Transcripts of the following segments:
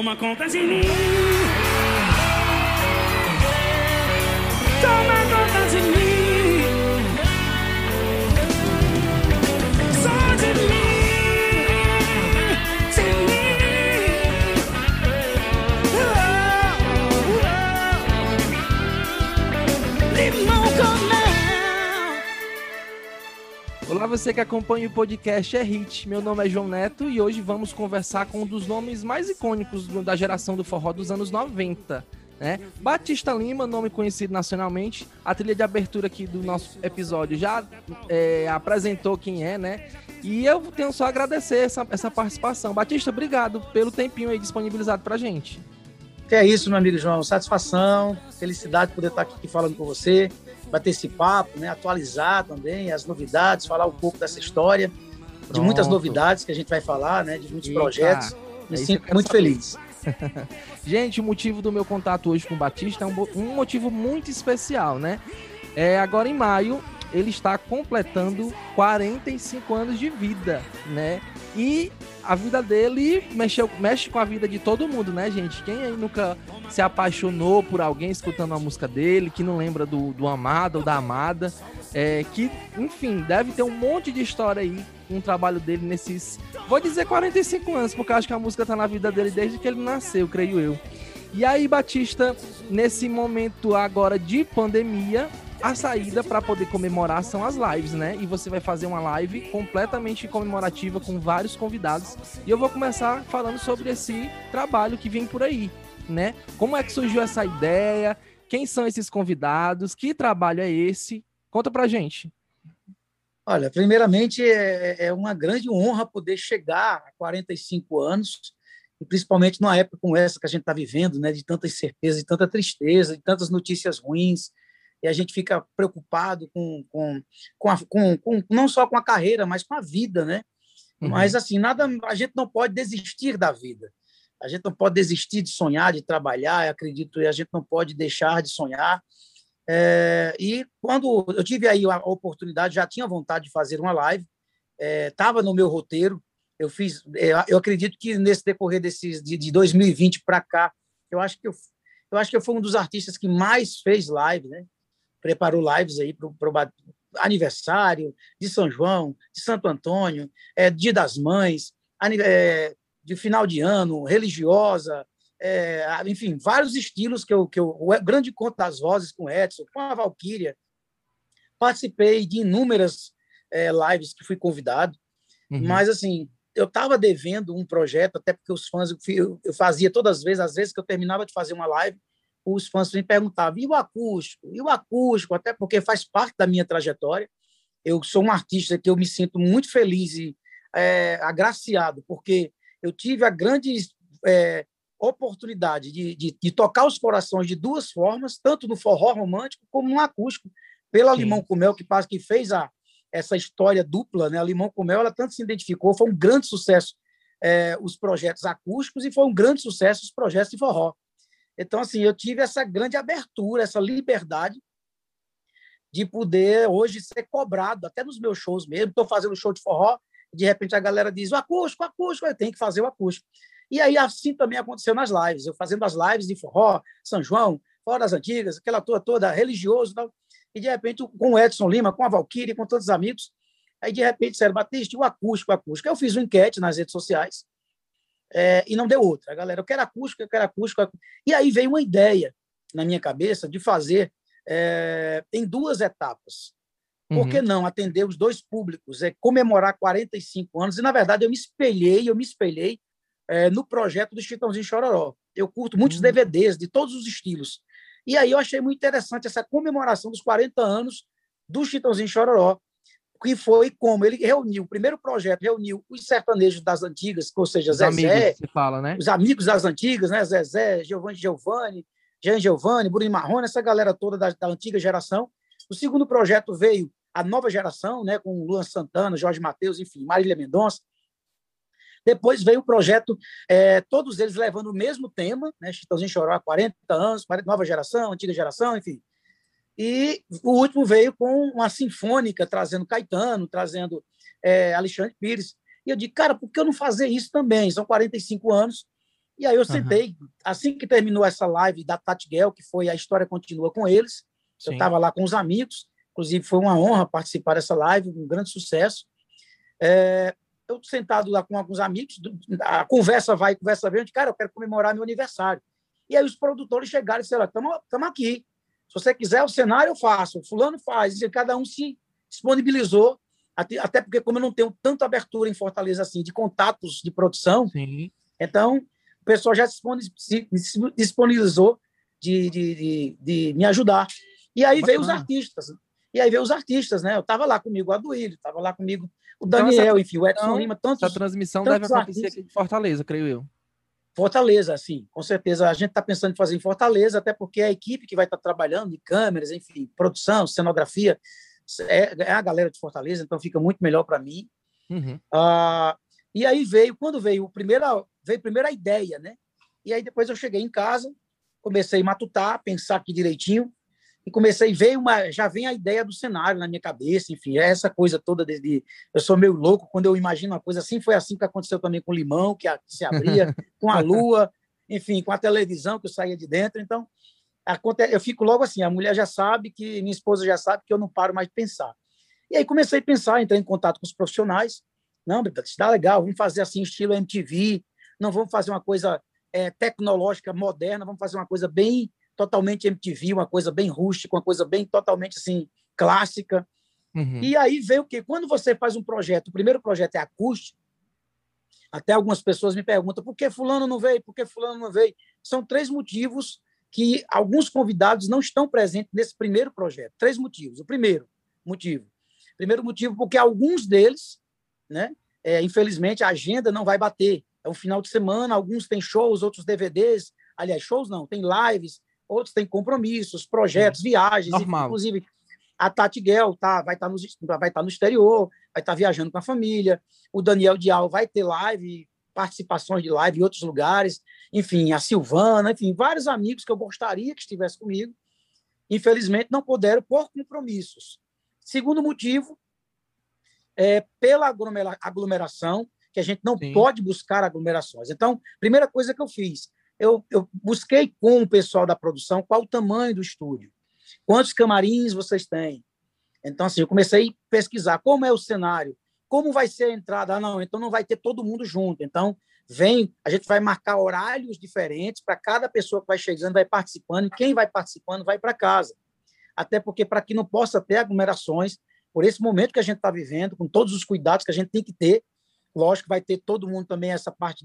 Toma conta de mim. Toma conta de mim. Só de mim. De mim. Limão com mel. Olá, você que acompanha o podcast É Hit. Meu nome é João Neto e hoje vamos conversar com um dos nomes mais icônicos da geração do forró dos anos 90, né? Batista Lima, nome conhecido nacionalmente. A trilha de abertura aqui do nosso episódio já apresentou quem é, né? E eu tenho só a agradecer essa participação. Batista, obrigado pelo tempinho aí disponibilizado pra gente. Que é isso, meu amigo João. Satisfação, felicidade de poder estar aqui falando com você, bater esse papo, né? Atualizar também as novidades, falar um pouco dessa história, de muitas novidades que a gente vai falar, né? De muitos projetos. Me sinto muito feliz. Gente, o motivo do meu contato hoje com o Batista é um motivo muito especial, né? Agora em maio, ele está completando 45 anos de vida, né? E a vida dele mexe com a vida de todo mundo, né, gente? Quem aí nunca se apaixonou por alguém escutando a música dele, que não lembra do amado ou da amada, que, enfim, deve ter um monte de história aí com o trabalho dele nesses, vou dizer 45 anos, porque eu acho que a música tá na vida dele desde que ele nasceu, creio eu. E aí, Batista, nesse momento agora de pandemia, a saída para poder comemorar são as lives, né? E você vai fazer uma live completamente comemorativa com vários convidados. E eu vou começar falando sobre esse trabalho que vem por aí, né? Como é que surgiu essa ideia? Quem são esses convidados? Que trabalho é esse? Conta pra gente. Olha, primeiramente, é uma grande honra poder chegar a 45 anos, e principalmente numa época como essa que a gente está vivendo, né? De tanta incerteza, de tanta tristeza, de tantas notícias ruins. E a gente fica preocupado não só com a carreira, mas com a vida, né? Uhum. Mas, assim, a gente não pode desistir da vida. A gente não pode desistir de sonhar, de trabalhar, acredito, e a gente não pode deixar de sonhar. E quando eu tive aí a oportunidade, já tinha vontade de fazer uma live, estava no meu roteiro, eu acredito que nesse decorrer de 2020 para cá, eu acho que eu fui um dos artistas que mais fez live, né? Preparou lives aí para o aniversário de São João, de Santo Antônio, Dia das Mães, de final de ano, religiosa, enfim, vários estilos o Grande Conto das Vozes com Edson, com a Valquíria. Participei de inúmeras lives que fui convidado, mas, assim, eu estava devendo um projeto, até porque os fãs, eu fazia todas as vezes que eu terminava de fazer uma live, os fãs me perguntavam, e o acústico? E o acústico? Até porque faz parte da minha trajetória. Eu sou um artista que eu me sinto muito feliz e agraciado, porque eu tive a grande oportunidade de tocar os corações de duas formas, tanto no forró romântico como no acústico, pela Sim. Limão com Mel, que fez essa história dupla, né? A Limão com Mel, ela tanto se identificou, foi um grande sucesso os projetos acústicos e foi um grande sucesso os projetos de forró. Então, assim, eu tive essa grande abertura, essa liberdade de poder hoje ser cobrado, até nos meus shows mesmo. Estou fazendo show de forró, de repente a galera diz, o acústico, eu tenho que fazer o acústico. E aí, assim também aconteceu nas lives. Eu fazendo as lives de forró, São João, Forró das Antigas, aquela toda religioso e tal. E, de repente, com o Edson Lima, com a Valquíria, com todos os amigos, aí, de repente, disseram, Batista, o acústico. Eu fiz uma enquete nas redes sociais, e não deu outra. A galera, eu quero acústico. E aí veio uma ideia na minha cabeça de fazer em duas etapas. Por que não atender os dois públicos? Comemorar 45 anos. E, na verdade, eu me espelhei no projeto do Chitãozinho Chororó. Eu curto muitos DVDs de todos os estilos. E aí eu achei muito interessante essa comemoração dos 40 anos do Chitãozinho Chororó, que foi como ele reuniu, o primeiro projeto reuniu os sertanejos das antigas, ou seja, os Zezé, amigos, você fala, né? Os amigos das antigas, né? Zezé, Jean Giovanni, Bruno Marrone, essa galera toda da antiga geração. O segundo projeto veio a nova geração, né? Com Luan Santana, Jorge Mateus, enfim, Marília Mendonça. Depois veio o projeto, todos eles levando o mesmo tema, né? Chitãozinho Chororó, 40 anos, nova geração, antiga geração, enfim. E o último veio com uma sinfônica, trazendo Caetano, trazendo Alexandre Pires. E eu digo, cara, por que eu não fazer isso também? São 45 anos, E aí eu Aham. sentei, assim que terminou essa live da Tati Guel, que foi A História Continua com Eles, eu Sim. estava lá com os amigos, inclusive foi uma honra participar dessa live, um grande sucesso. É, eu sentado lá com alguns amigos, a conversa vai, conversa vem, eu disse, cara, eu quero comemorar meu aniversário. E aí os produtores chegaram e disseram, estamos aqui, se você quiser o cenário, eu faço, o fulano faz, e cada um se disponibilizou, até porque como eu não tenho tanta abertura em Fortaleza assim, de contatos de produção, Sim. então o pessoal já se disponibilizou de me ajudar. E aí veio os Bacana. artistas. E aí veio os artistas, né? Eu estava lá comigo o Aduílio, estava lá comigo o Então, essa Daniel, enfim, o Edson transmissão, Lima, essa tantos, transmissão deve tantos acontecer artistas. aqui em Fortaleza, creio eu. Fortaleza, assim, com certeza. A gente está pensando em fazer em Fortaleza, até porque a equipe que vai estar trabalhando de câmeras, enfim, produção, cenografia, é a galera de Fortaleza, então fica muito melhor para mim. Uhum. E aí quando veio veio primeiro a ideia, né? E aí depois eu cheguei em casa, comecei a matutar, pensar aqui direitinho, e comecei a ver já vem a ideia do cenário na minha cabeça, enfim, é essa coisa toda eu sou meio louco quando eu imagino uma coisa assim, foi assim que aconteceu também com o Limão, que se abria, com a lua, enfim, com a televisão que eu saía de dentro, então eu fico logo assim, a mulher já sabe que, minha esposa já sabe que eu não paro mais de pensar. E aí comecei a pensar, entrei em contato com os profissionais, não, isso dá legal, vamos fazer assim, estilo MTV, não vamos fazer uma coisa tecnológica, moderna, vamos fazer uma coisa bem totalmente MTV, uma coisa bem rústica, uma coisa bem totalmente assim clássica. Uhum. E aí veio o quê? Quando você faz um projeto, o primeiro projeto é acústico, até algumas pessoas me perguntam por que fulano não veio, por que fulano não veio. São 3 motivos que alguns convidados não estão presentes nesse primeiro projeto. 3 motivos. O primeiro motivo porque alguns deles, né, infelizmente, a agenda não vai bater. É um final de semana, alguns têm shows, outros DVDs. Aliás, shows não, tem lives, outros têm compromissos, projetos, Sim. viagens, enfim. Normal. Inclusive, a Tati Guel vai estar no exterior, vai estar viajando com a família. O Daniel Dial vai ter live, participações de live em outros lugares. Enfim, a Silvana, enfim, vários amigos que eu gostaria que estivessem comigo. Infelizmente, não puderam por compromissos. Segundo motivo, pela aglomeração, que a gente não Sim. pode buscar aglomerações. Então, primeira coisa que eu fiz, eu busquei com o pessoal da produção qual o tamanho do estúdio, quantos camarins vocês têm. Então, assim, eu comecei a pesquisar como é o cenário, como vai ser a entrada. Não, então não vai ter todo mundo junto. Então, a gente vai marcar horários diferentes para cada pessoa que vai chegando, vai participando, e quem vai participando vai para casa. Até porque, para que não possa ter aglomerações, por esse momento que a gente está vivendo, com todos os cuidados que a gente tem que ter, lógico, vai ter todo mundo também essa parte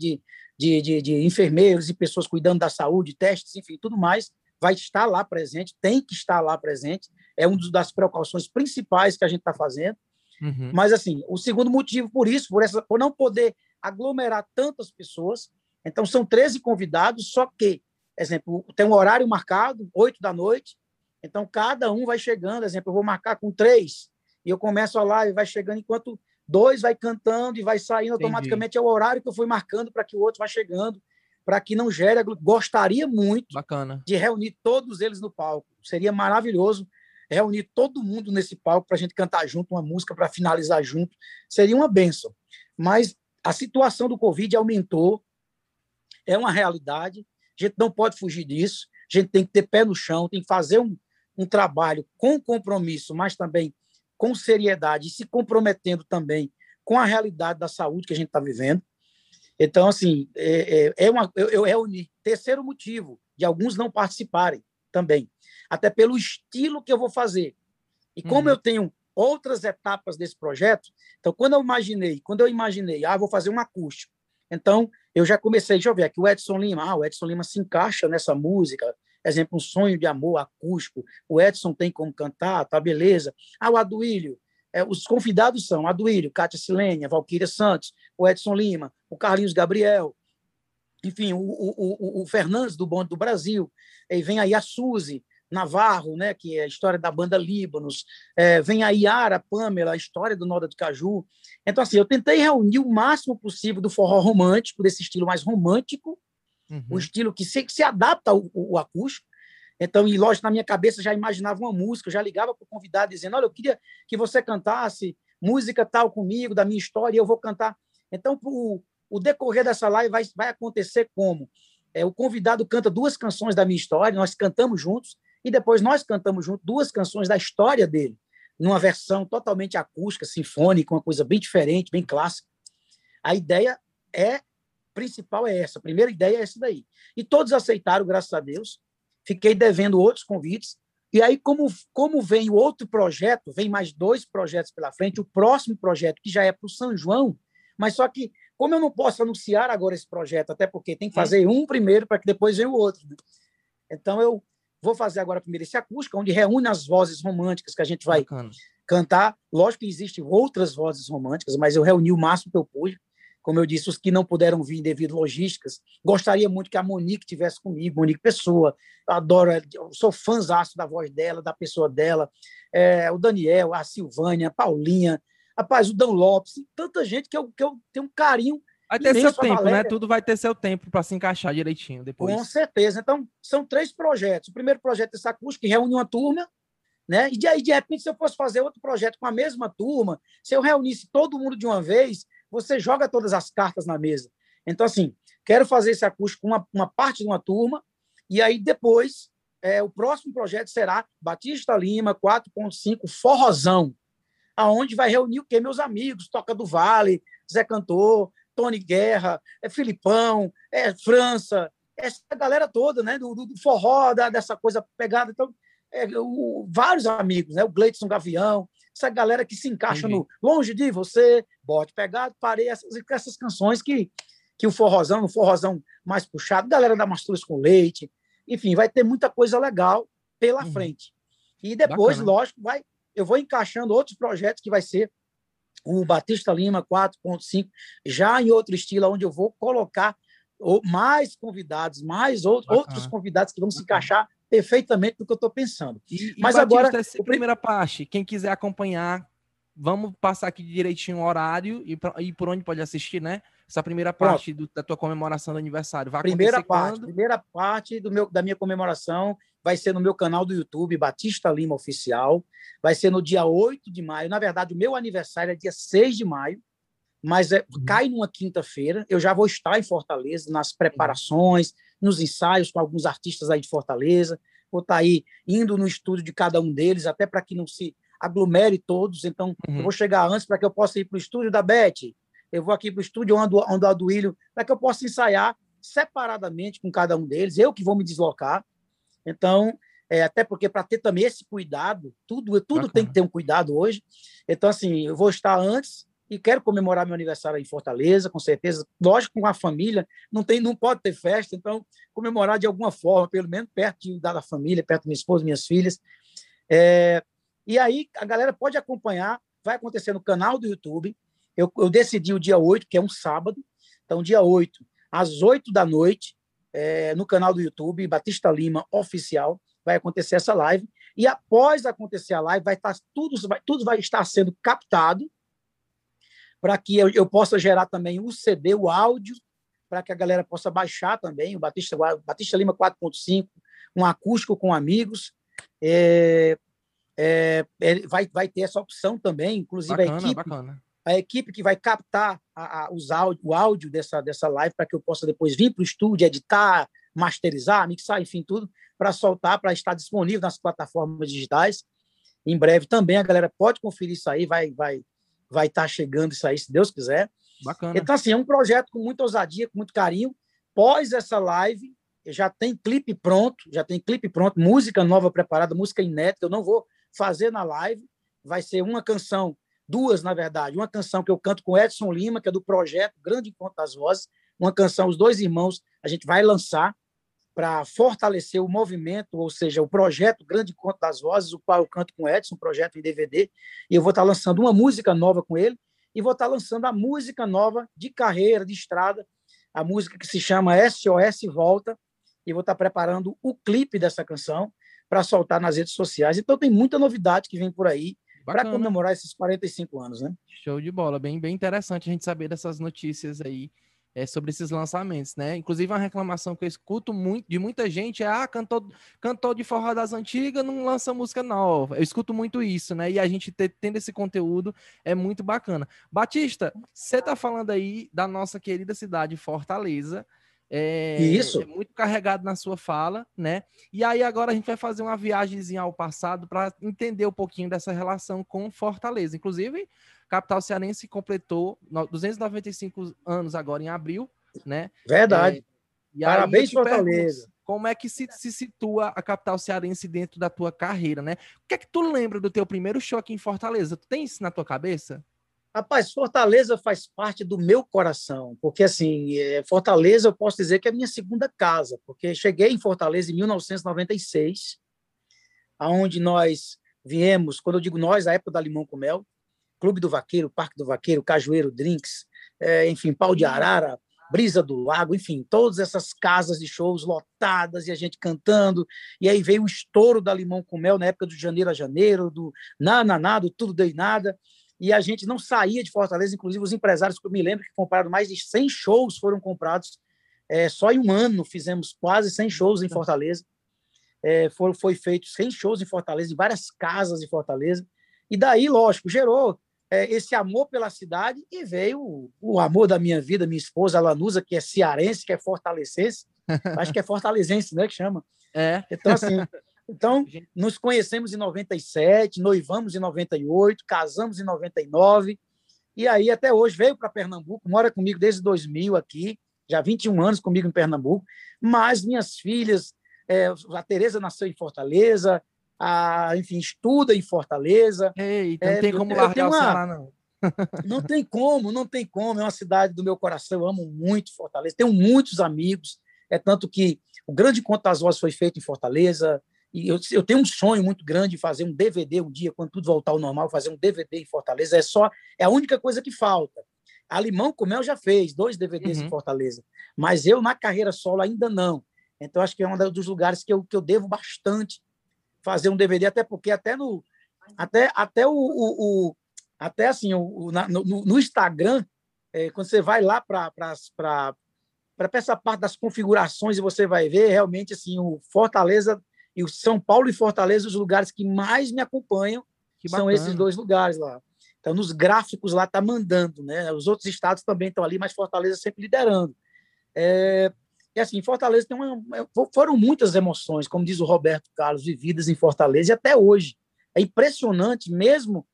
de enfermeiros e pessoas cuidando da saúde, testes, enfim, tudo mais, vai estar lá presente, tem que estar lá presente, é uma das precauções principais que a gente está fazendo. Uhum. Mas, assim, o segundo motivo por não poder aglomerar tantas pessoas, então são 13 convidados, só que, exemplo, tem um horário marcado, 8 da noite, então cada um vai chegando, exemplo, eu vou marcar com 3, e eu começo a live, vai chegando enquanto 2 vai cantando e vai saindo Entendi. automaticamente, é o horário que eu fui marcando para que o outro vá chegando, para que não gere. Gostaria muito Bacana. de reunir todos eles no palco. Seria maravilhoso reunir todo mundo nesse palco para a gente cantar junto uma música, para finalizar junto. Seria uma bênção. Mas a situação do Covid aumentou, é uma realidade, a gente não pode fugir disso, a gente tem que ter pé no chão, tem que fazer um trabalho com compromisso, mas também com seriedade e se comprometendo também com a realidade da saúde que a gente está vivendo. Então, assim, eu reuni. Terceiro motivo de alguns não participarem também, até pelo estilo que eu vou fazer. E como Uhum. eu tenho outras etapas desse projeto, então, quando eu imaginei, vou fazer um acústico, então, eu já comecei, deixa eu ver aqui, o Edson Lima se encaixa nessa música, exemplo, Um Sonho de Amor acústico, o Edson tem como cantar, tá, beleza. O Aduílio, os convidados são Aduílio, Cátia Silênia, Valquíria Santos, o Edson Lima, o Carlinhos Gabriel, enfim, o Fernandes do Bonde do Brasil, e vem aí a Suzy Navarro, né, que é a história da banda Líbanos, vem a Yara Pamela, a história do Noda de Caju. Então, assim, eu tentei reunir o máximo possível do forró romântico, desse estilo mais romântico, o Uhum. estilo que se adapta ao acústico. Então, e lógico, na minha cabeça já imaginava uma música, já ligava para o convidado dizendo, olha, eu queria que você cantasse música tal comigo, da minha história, e eu vou cantar. Então, o decorrer dessa live vai acontecer como? O convidado canta 2 canções da minha história, nós cantamos juntos, e depois nós cantamos juntos 2 canções da história dele, numa versão totalmente acústica, sinfônica, uma coisa bem diferente, bem clássica. A ideia principal é essa, a primeira ideia é essa daí. E todos aceitaram, graças a Deus. Fiquei devendo outros convites. E aí, como vem o outro projeto, vem mais 2 projetos pela frente, o próximo projeto, que já é para o São João, mas só que, como eu não posso anunciar agora esse projeto, até porque tem que fazer um primeiro para que depois venha o outro, né? Então, eu vou fazer agora primeiro esse acústico, onde reúne as vozes românticas que a gente vai cantar. Lógico que existem outras vozes românticas, mas eu reuni o máximo que eu pude. Como eu disse, os que não puderam vir devido a logísticas. Gostaria muito que a Monique estivesse comigo, Monique Pessoa. Eu adoro, eu sou fãzaço da voz dela, da pessoa dela. O Daniel, a Silvânia, a Paulinha, rapaz, o Dan Lopes, tanta gente que eu tenho um carinho. Vai ter seu tempo, né? Tudo vai ter seu tempo para se encaixar direitinho depois. Com certeza. Então, são 3 projetos. O primeiro projeto é esse acústico, que reúne uma turma, né? E aí, de repente, se eu fosse fazer outro projeto com a mesma turma, se eu reunisse todo mundo de uma vez, você joga todas as cartas na mesa. Então, assim, quero fazer esse acústico com uma parte de uma turma, e aí depois, o próximo projeto será Batista Lima 4.5 Forrozão, aonde vai reunir o quê? Meus amigos, Toca do Vale, Zé Cantor, Tony Guerra, Filipão, França, essa galera toda, né? Do forró, dessa coisa pegada. Então, vários amigos, né? O Gleidson Gavião, essa galera que se encaixa no Longe de Você, Bote Pegado, Parei, essas canções que o forrozão mais puxado, galera da Mastruz com Leite, enfim, vai ter muita coisa legal pela frente. E depois, lógico, eu vou encaixando outros projetos que vai ser o Batista Lima 4.5, já em outro estilo, onde eu vou colocar mais convidados, outros convidados que vão se encaixar perfeitamente no que eu estou pensando. Mas Batista, agora, essa primeira parte, quem quiser acompanhar, vamos passar aqui direitinho o horário e por onde pode assistir, né? Essa primeira parte da tua comemoração do aniversário. Vai acontecer quando? Primeira parte da minha comemoração vai ser no meu canal do YouTube, Batista Lima Oficial. Vai ser no dia 8 de maio. Na verdade, o meu aniversário é dia 6 de maio, mas cai numa quinta-feira. Eu já vou estar em Fortaleza, nas preparações, nos ensaios com alguns artistas aí de Fortaleza. Vou estar aí indo no estúdio de cada um deles, até para que não se aglomere todos. Então, eu vou chegar antes para que eu possa ir para o estúdio da Beth. Eu vou aqui para o estúdio onde o Aduílio, para que eu possa ensaiar separadamente com cada um deles. Eu que vou me deslocar. Então, até porque para ter também esse cuidado, tudo tem que ter um cuidado hoje. Então, assim, eu vou estar antes e quero comemorar meu aniversário em Fortaleza, com certeza. Lógico, com a família, não pode ter festa, então comemorar de alguma forma, pelo menos perto da família, perto da minha esposa, minhas filhas. E aí a galera pode acompanhar, vai acontecer no canal do YouTube. Eu decidi o dia 8, que é um sábado. Então, dia 8, às 8 da noite, no canal do YouTube, Batista Lima Oficial, vai acontecer essa live. E após acontecer a live, tudo vai estar sendo captado para que eu possa gerar também o CD, o áudio, para que a galera possa baixar também o Batista Lima 4.5, um acústico com amigos. Vai ter essa opção também, inclusive a equipe que vai captar o áudio dessa live para que eu possa depois vir para o estúdio, editar, masterizar, mixar, enfim, tudo, para soltar, para estar disponível nas plataformas digitais. Em breve também a galera pode conferir isso aí, vai estar chegando isso aí, se Deus quiser. Bacana. Então, assim, é um projeto com muita ousadia, com muito carinho. Pós essa live, já tem clipe pronto, música nova preparada, música inédita. Eu não vou fazer na live, vai ser uma canção, 2, na verdade. Uma canção que eu canto com Edson Lima, que é do projeto Grande Encontro das Vozes. Uma canção, os 2 irmãos, a gente vai lançar para fortalecer o movimento, ou seja, o projeto Grande Encontro das Vozes, o qual eu canto com Edson, um projeto em DVD, e eu vou estar lançando uma música nova com ele, e vou estar lançando a música nova de carreira, de estrada, a música que se chama SOS Volta, e vou estar preparando o clipe dessa canção para soltar nas redes sociais. Então tem muita novidade que vem por aí para comemorar esses 45 anos, né? Show de bola, bem interessante a gente saber dessas notícias aí sobre esses lançamentos, né? Inclusive, uma reclamação que eu escuto muito de muita gente é: cantor de forró das antigas não lança música nova. Eu escuto muito isso, né? E a gente tendo esse conteúdo é muito bacana. Batista, você tá falando aí da nossa querida cidade Fortaleza, é Isso, muito carregado na sua fala, né? E aí agora a gente vai fazer uma viagemzinha ao passado para entender um pouquinho dessa relação com Fortaleza. Inclusive, capital cearense completou 295 anos agora em abril, né? verdade. E aí eu Parabéns, te pergunto, Fortaleza. como é que se situa a capital cearense dentro da tua carreira, né? O que é que tu lembra do teu primeiro show aqui em Fortaleza? Tu tem isso na tua cabeça? Rapaz, Fortaleza faz parte do meu coração, porque assim, Fortaleza eu posso dizer que é a minha segunda casa, porque cheguei em Fortaleza em 1996, aonde nós viemos, quando eu digo nós, a época da Limão com Mel, Clube do Vaqueiro, Parque do Vaqueiro, Cajueiro Drinks, enfim, Pau de Arara, Brisa do Lago, enfim, todas essas casas de shows lotadas e a gente cantando. E aí veio o estouro da Limão com Mel na época do Janeiro a Janeiro, do Naná, do Tudo Dei Nada. E a gente não saía de Fortaleza, inclusive os empresários que eu me lembro que compraram mais de 100 shows foram comprados. Só em um ano fizemos quase 100 shows em Fortaleza. Foi feito 100 shows em Fortaleza, em várias casas de Fortaleza. E daí, lógico, gerou esse amor pela cidade e veio o amor da minha vida, minha esposa, a Lanusa, que é cearense, que é fortalecense, acho que é fortalezense, né, que chama. É. Então, assim, nos conhecemos em 97, noivamos em 98, casamos em 99, e aí até hoje veio para Pernambuco, mora comigo desde 2000 aqui, já 21 anos comigo em Pernambuco, mas minhas filhas, a Tereza nasceu em Fortaleza, enfim, estuda em Fortaleza. Eita, não tem como Eu tenho largar o Ceará, não. Não tem como, não tem como. É uma cidade do meu coração, eu amo muito Fortaleza, tenho muitos amigos, tanto que o Grande Encontro das Vozes foi feito em Fortaleza, e eu tenho um sonho muito grande de fazer um DVD um dia, quando tudo voltar ao normal, fazer um DVD em Fortaleza, é a única coisa que falta. A Limão com Mel já fez 2 DVDs em Fortaleza, mas eu, na carreira solo, ainda não. Então, acho que é um dos lugares que eu devo bastante fazer um DVD, até porque até assim, no Instagram, quando você vai lá para essa parte das configurações, e você vai ver realmente assim, o Fortaleza e o São Paulo e Fortaleza, os lugares que mais me acompanham Que são esses bacana. 2 lugares lá. Então, nos gráficos lá está mandando, né? Os outros estados também estão ali, mas Fortaleza sempre liderando. E assim, Fortaleza foram muitas emoções, como diz o Roberto Carlos, vividas em Fortaleza e até hoje. É impressionante, mesmo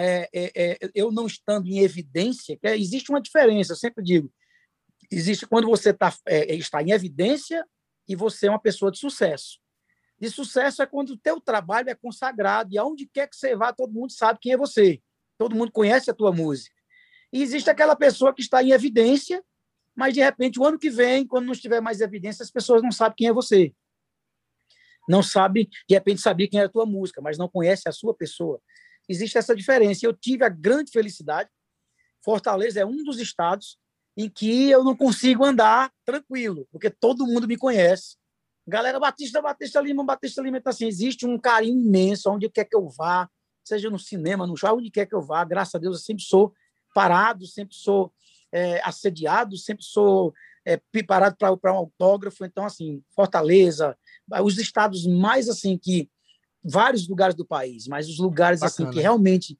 eu não estando em evidência, que existe uma diferença, eu sempre digo, existe quando você está em evidência e você é uma pessoa de sucesso. De sucesso é quando o teu trabalho é consagrado e aonde quer que você vá, todo mundo sabe quem é você, todo mundo conhece a tua música. E existe aquela pessoa que está em evidência, mas de repente, o ano que vem, quando não estiver mais evidência, as pessoas não sabem quem é você. Não sabe, de repente, sabia quem é a tua música, mas não conhece a sua pessoa. Existe essa diferença. Eu tive a grande felicidade. Fortaleza é um dos estados em que eu não consigo andar tranquilo, porque todo mundo me conhece. Galera, Batista Lima. Então, assim, existe um carinho imenso onde quer que eu vá, seja no cinema, no show, onde quer que eu vá. Graças a Deus, eu sempre sou parado, sempre sou assediado, sempre sou parado para um autógrafo. Então, assim, Fortaleza, os estados mais, assim, que vários lugares do país, mas os lugares assim que realmente,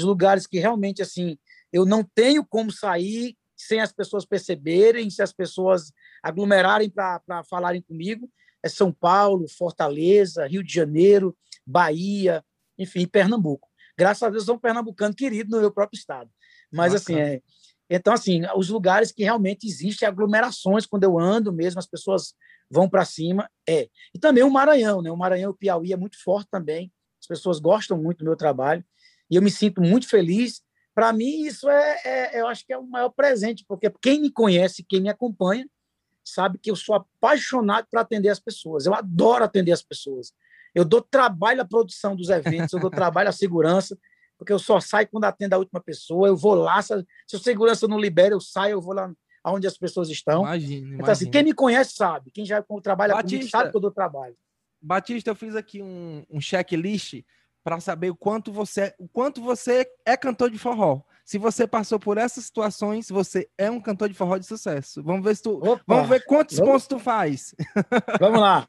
assim, eu não tenho como sair sem as pessoas perceberem, se as pessoas aglomerarem para falarem comigo, é São Paulo, Fortaleza, Rio de Janeiro, Bahia, enfim, Pernambuco. Graças a Deus, sou um pernambucano querido no meu próprio estado. Mas, assim, então, assim, os lugares que realmente existem aglomerações, quando eu ando mesmo, as pessoas vão para cima, E também o Maranhão, né? O Maranhão e o Piauí é muito forte também, as pessoas gostam muito do meu trabalho, e eu me sinto muito feliz. Para mim, isso eu acho que é o maior presente, porque quem me conhece, quem me acompanha, sabe que eu sou apaixonado por atender as pessoas, eu adoro atender as pessoas. Eu dou trabalho à produção dos eventos, eu dou trabalho à segurança, porque eu só saio quando atendo a última pessoa, eu vou lá, se o segurança não libera, eu saio, eu vou lá onde as pessoas estão. Imagino. Então, assim, quem me conhece sabe, quem já trabalha comigo sabe que eu dou trabalho. Batista, eu fiz aqui um checklist para saber o quanto você é cantor de forró. Se você passou por essas situações, você é um cantor de forró de sucesso. Vamos ver se tu, Opa, vamos ver quantos vamos, pontos tu faz. vamos lá.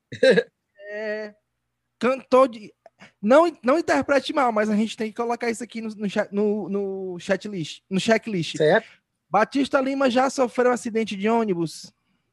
Cantor de não interprete mal, mas a gente tem que colocar isso aqui no chat list, no checklist. Certo? Batista Lima já sofreu um acidente de ônibus?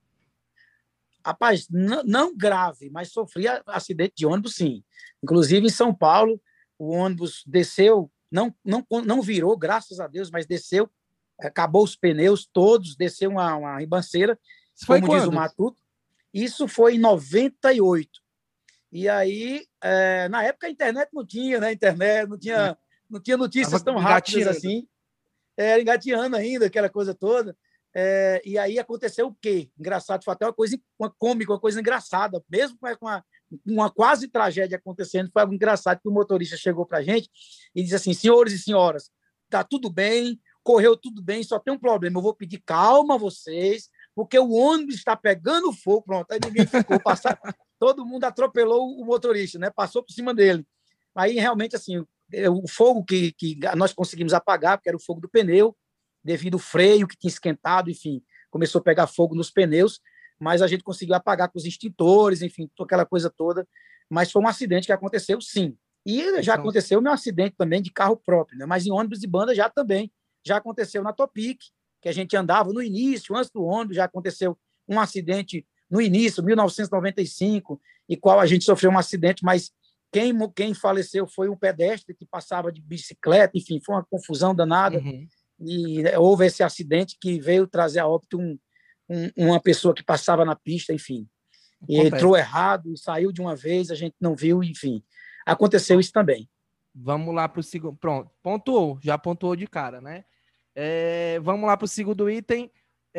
Rapaz, não grave, mas sofri acidente de ônibus, sim. Inclusive, em São Paulo, o ônibus desceu, não virou, graças a Deus, mas desceu, acabou os pneus todos, desceu uma ribanceira, Isso foi como diz o quando? Matuto. Isso foi em 98. E aí, na época, a internet não tinha, né? Internet não tinha notícias tão rápidas assim. Era engateando ainda, aquela coisa toda. E aí aconteceu o quê? Engraçado, foi até uma cômica, uma coisa engraçada, mesmo com uma quase tragédia acontecendo, foi algo engraçado que o motorista chegou para a gente e disse assim: senhores e senhoras, tá tudo bem, correu tudo bem, só tem um problema, eu vou pedir calma a vocês, porque o ônibus está pegando fogo. Pronto, aí ninguém ficou, todo mundo atropelou o motorista, né? Passou por cima dele. Aí realmente assim, o fogo que nós conseguimos apagar, porque era o fogo do pneu, devido ao freio que tinha esquentado, enfim, começou a pegar fogo nos pneus, mas a gente conseguiu apagar com os extintores, enfim, toda aquela coisa toda. Mas foi um acidente que aconteceu, sim. E já aconteceu um acidente também de carro próprio, né? Mas em ônibus de banda já também. Já aconteceu na Topic, que a gente andava no início, antes do ônibus, já aconteceu um acidente no início, 1995, e qual a gente sofreu um acidente, mas quem faleceu foi um pedestre que passava de bicicleta, enfim, foi uma confusão danada. Uhum. E houve esse acidente que veio trazer a óbito uma pessoa que passava na pista, enfim, e entrou errado e saiu de uma vez, a gente não viu, enfim, aconteceu isso também. Vamos lá para o segundo, pronto, pontuou, já pontuou de cara, né? Vamos lá para o segundo item.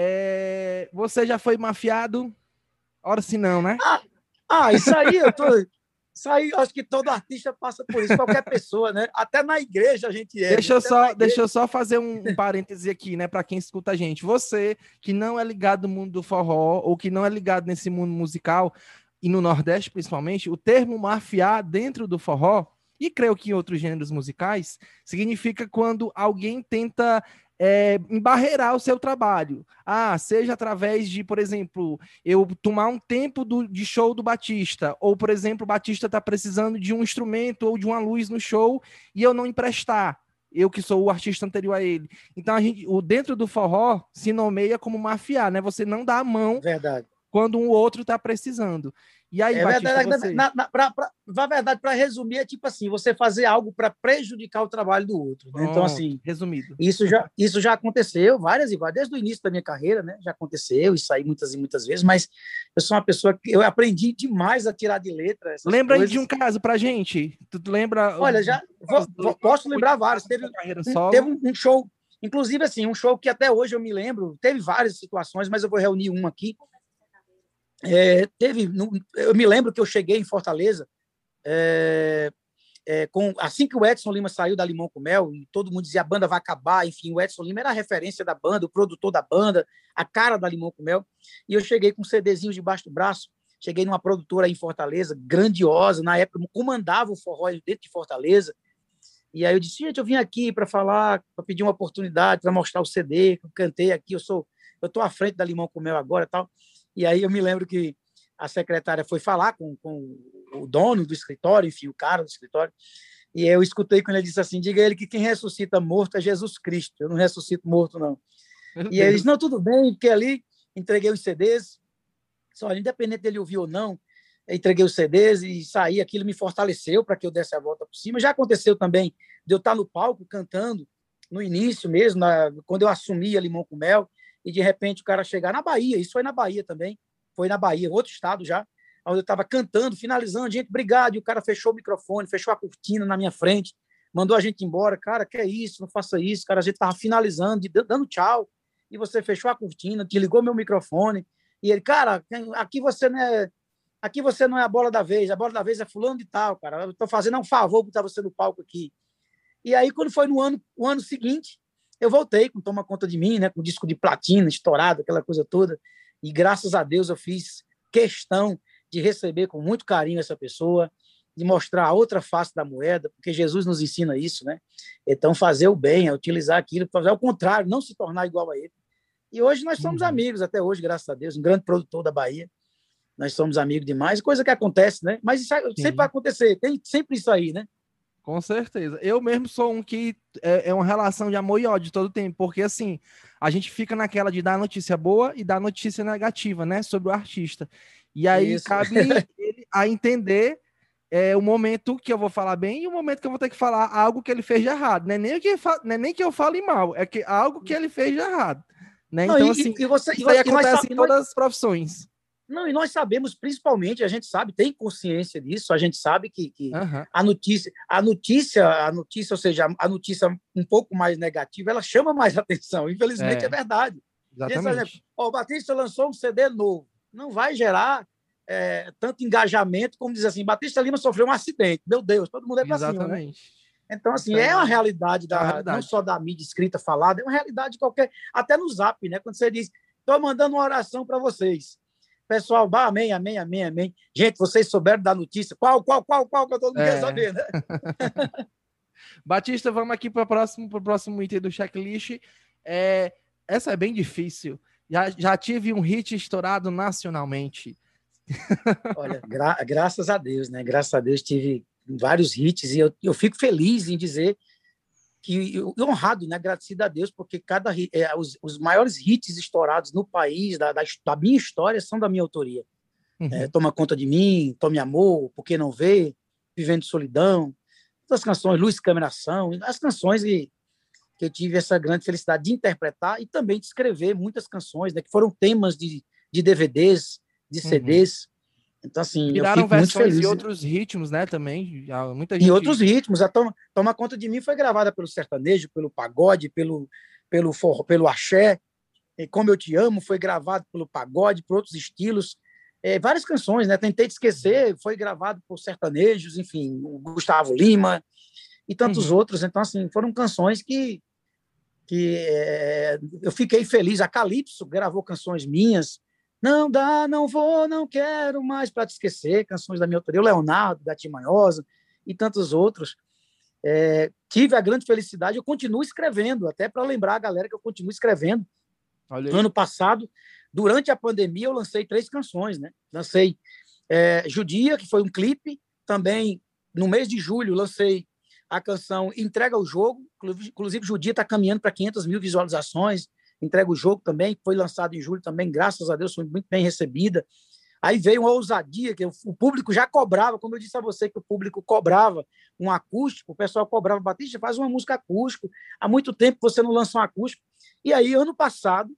Você já foi mafiado? Ora se não, né? Isso aí Isso aí, acho que todo artista passa por isso, qualquer pessoa, né? Até na igreja a gente é. Deixa eu só fazer um parêntese aqui, né, para quem escuta a gente. Você que não é ligado no mundo do forró ou que não é ligado nesse mundo musical e no Nordeste principalmente, o termo mafiar dentro do forró e creio que em outros gêneros musicais significa quando alguém tenta embarrear o seu trabalho. Seja através de, por exemplo, eu tomar um tempo de show do Batista, ou, por exemplo, o Batista está precisando de um instrumento ou de uma luz no show e eu não emprestar, eu que sou o artista anterior a ele. Então, dentro do forró se nomeia como mafiar, né? Você não dá a mão quando um outro está precisando. E aí, Batista, verdade, na verdade, para resumir, é tipo assim, você fazer algo para prejudicar o trabalho do outro. Né? Então, assim, resumido. Isso já aconteceu várias e várias, desde o início da minha carreira, né? Já aconteceu, isso aí muitas e muitas vezes, mas eu sou uma pessoa que eu aprendi demais a tirar de letra essas Lembra coisas. aí de um caso pra gente? Tu lembra? Olha, posso lembrar vários. Teve um show, inclusive assim, um show que até hoje eu me lembro, teve várias situações, mas eu vou reunir uma aqui. Eu me lembro que eu cheguei em Fortaleza assim que o Edson Lima saiu da Limão com Mel, e todo mundo dizia a banda vai acabar, enfim, o Edson Lima era a referência da banda, o produtor da banda, a cara da Limão com Mel, e eu cheguei com CDzinhos debaixo do braço, cheguei numa produtora aí em Fortaleza, grandiosa, na época eu comandava o forró dentro de Fortaleza, e aí eu disse, gente, eu vim aqui para falar, para pedir uma oportunidade, para mostrar o CD, que eu cantei aqui, eu estou à frente da Limão com Mel agora e tal. E aí eu me lembro que a secretária foi falar com o dono do escritório, enfim, o cara do escritório, e eu escutei quando ele disse assim, diga a ele que quem ressuscita morto é Jesus Cristo, eu não ressuscito morto, não. E ele disse, não, tudo bem, porque ali entreguei os CDs, só independente dele ouvir ou não, entreguei os CDs e saí, aquilo me fortaleceu para que eu desse a volta por cima. Já aconteceu também de eu estar no palco cantando, no início mesmo, quando eu assumi a Limão com Mel, e de repente o cara chegar na Bahia, isso foi na Bahia também, foi na Bahia, outro estado já, onde eu estava cantando, finalizando, gente, obrigado, e o cara fechou o microfone, fechou a cortina na minha frente, mandou a gente embora, cara, que é isso, não faça isso, cara, a gente estava finalizando, dando tchau, e você fechou a cortina, desligou meu microfone, e ele, cara, aqui você não é a bola da vez é fulano de tal, cara, eu estou fazendo um favor botar você no palco aqui. E aí, quando foi no ano seguinte, eu voltei com Toma Conta de Mim, né, com disco de platina, estourado, aquela coisa toda, e graças a Deus eu fiz questão de receber com muito carinho essa pessoa, de mostrar a outra face da moeda, porque Jesus nos ensina isso, né? Então, fazer o bem, é utilizar aquilo, fazer o contrário, não se tornar igual a ele. E hoje nós somos Uhum. amigos, até hoje, graças a Deus, um grande produtor da Bahia. Nós somos amigos demais, coisa que acontece, né? Mas isso sempre vai Sim. acontecer, tem sempre isso aí, né? Com certeza. Eu mesmo sou um que é uma relação de amor e ódio todo tempo, porque assim, a gente fica naquela de dar notícia boa e dar notícia negativa, né, sobre o artista. E aí Isso. cabe ele a entender o momento que eu vou falar bem e o momento que eu vou ter que falar algo que ele fez de errado, né? Não é nem que eu fale mal, é que algo que ele fez de errado, né? Não, Então assim, isso aí e nós, acontece em todas as profissões. não, e nós sabemos, principalmente, a gente sabe, tem consciência disso, a gente sabe que Aham, a notícia, ou seja, a notícia um pouco mais negativa, ela chama mais atenção, infelizmente é é, verdade. Gente, por exemplo, exatamente. o Batista lançou um CD novo, não vai gerar tanto engajamento como dizer assim, Batista Lima sofreu um acidente, meu Deus, todo mundo é para cima, né? Exatamente. Então, Isso assim, aí é uma realidade é uma não realidade. só da mídia escrita falada, é uma realidade qualquer, até no Zap, né? Quando você diz, estou mandando uma oração para vocês. Pessoal, amém, amém, amém, amém. Gente, vocês souberam da notícia? Qual, que todo mundo quer É. saber, né? Batista, vamos aqui para o próximo item do checklist. Essa é bem difícil. Já tive um hit estourado nacionalmente. Olha, graças a Deus, né? Graças a Deus tive vários hits e eu fico feliz em dizer que honrado, né? Agradecido a Deus, porque os maiores hits estourados no país, da minha história, são da minha autoria. Uhum, Toma Conta de Mim, Tome Amor, Por Que Não Vê, Vivendo Solidão, as canções, Luz, Câmera, Ação, as canções que eu tive essa grande felicidade de interpretar e também de escrever muitas canções, né, que foram temas de DVDs, de uhum. CDs. Então, assim, eu Viraram fico muito versões e feliz. outros ritmos, né? Também. Muita E outros gente. ritmos, a Toma Conta de Mim foi gravada pelo sertanejo, pelo pagode, pelo forró, pelo axé. E Como Eu Te Amo foi gravado pelo pagode, por outros estilos. Várias canções, né? Tentei Te Esquecer foi gravado por sertanejos, enfim, o Gustavo Lima e tantos Uhum. outros. Então, assim, foram canções eu fiquei feliz. A Calypso gravou canções minhas. Não dá, não vou, não quero mais para te esquecer. Canções da minha autoria. O Leonardo, da Tim Manhosa e tantos outros. Tive a grande felicidade. Eu continuo escrevendo, até para lembrar a galera que eu continuo escrevendo. Olha aí. Ano passado, durante a pandemia, eu lancei 3 canções. Né? Lancei Judia, que foi um clipe. Também, no mês de julho, lancei a canção Entrega o Jogo. Inclusive, Judia está caminhando para 500 mil visualizações. Entrega o Jogo também, que foi lançado em julho também, graças a Deus, foi muito bem recebida. Aí veio uma ousadia, que o público já cobrava, como eu disse a você, que o público cobrava um acústico, o pessoal cobrava, Batista, faz uma música acústico, há muito tempo você não lança um acústico. E aí, ano passado,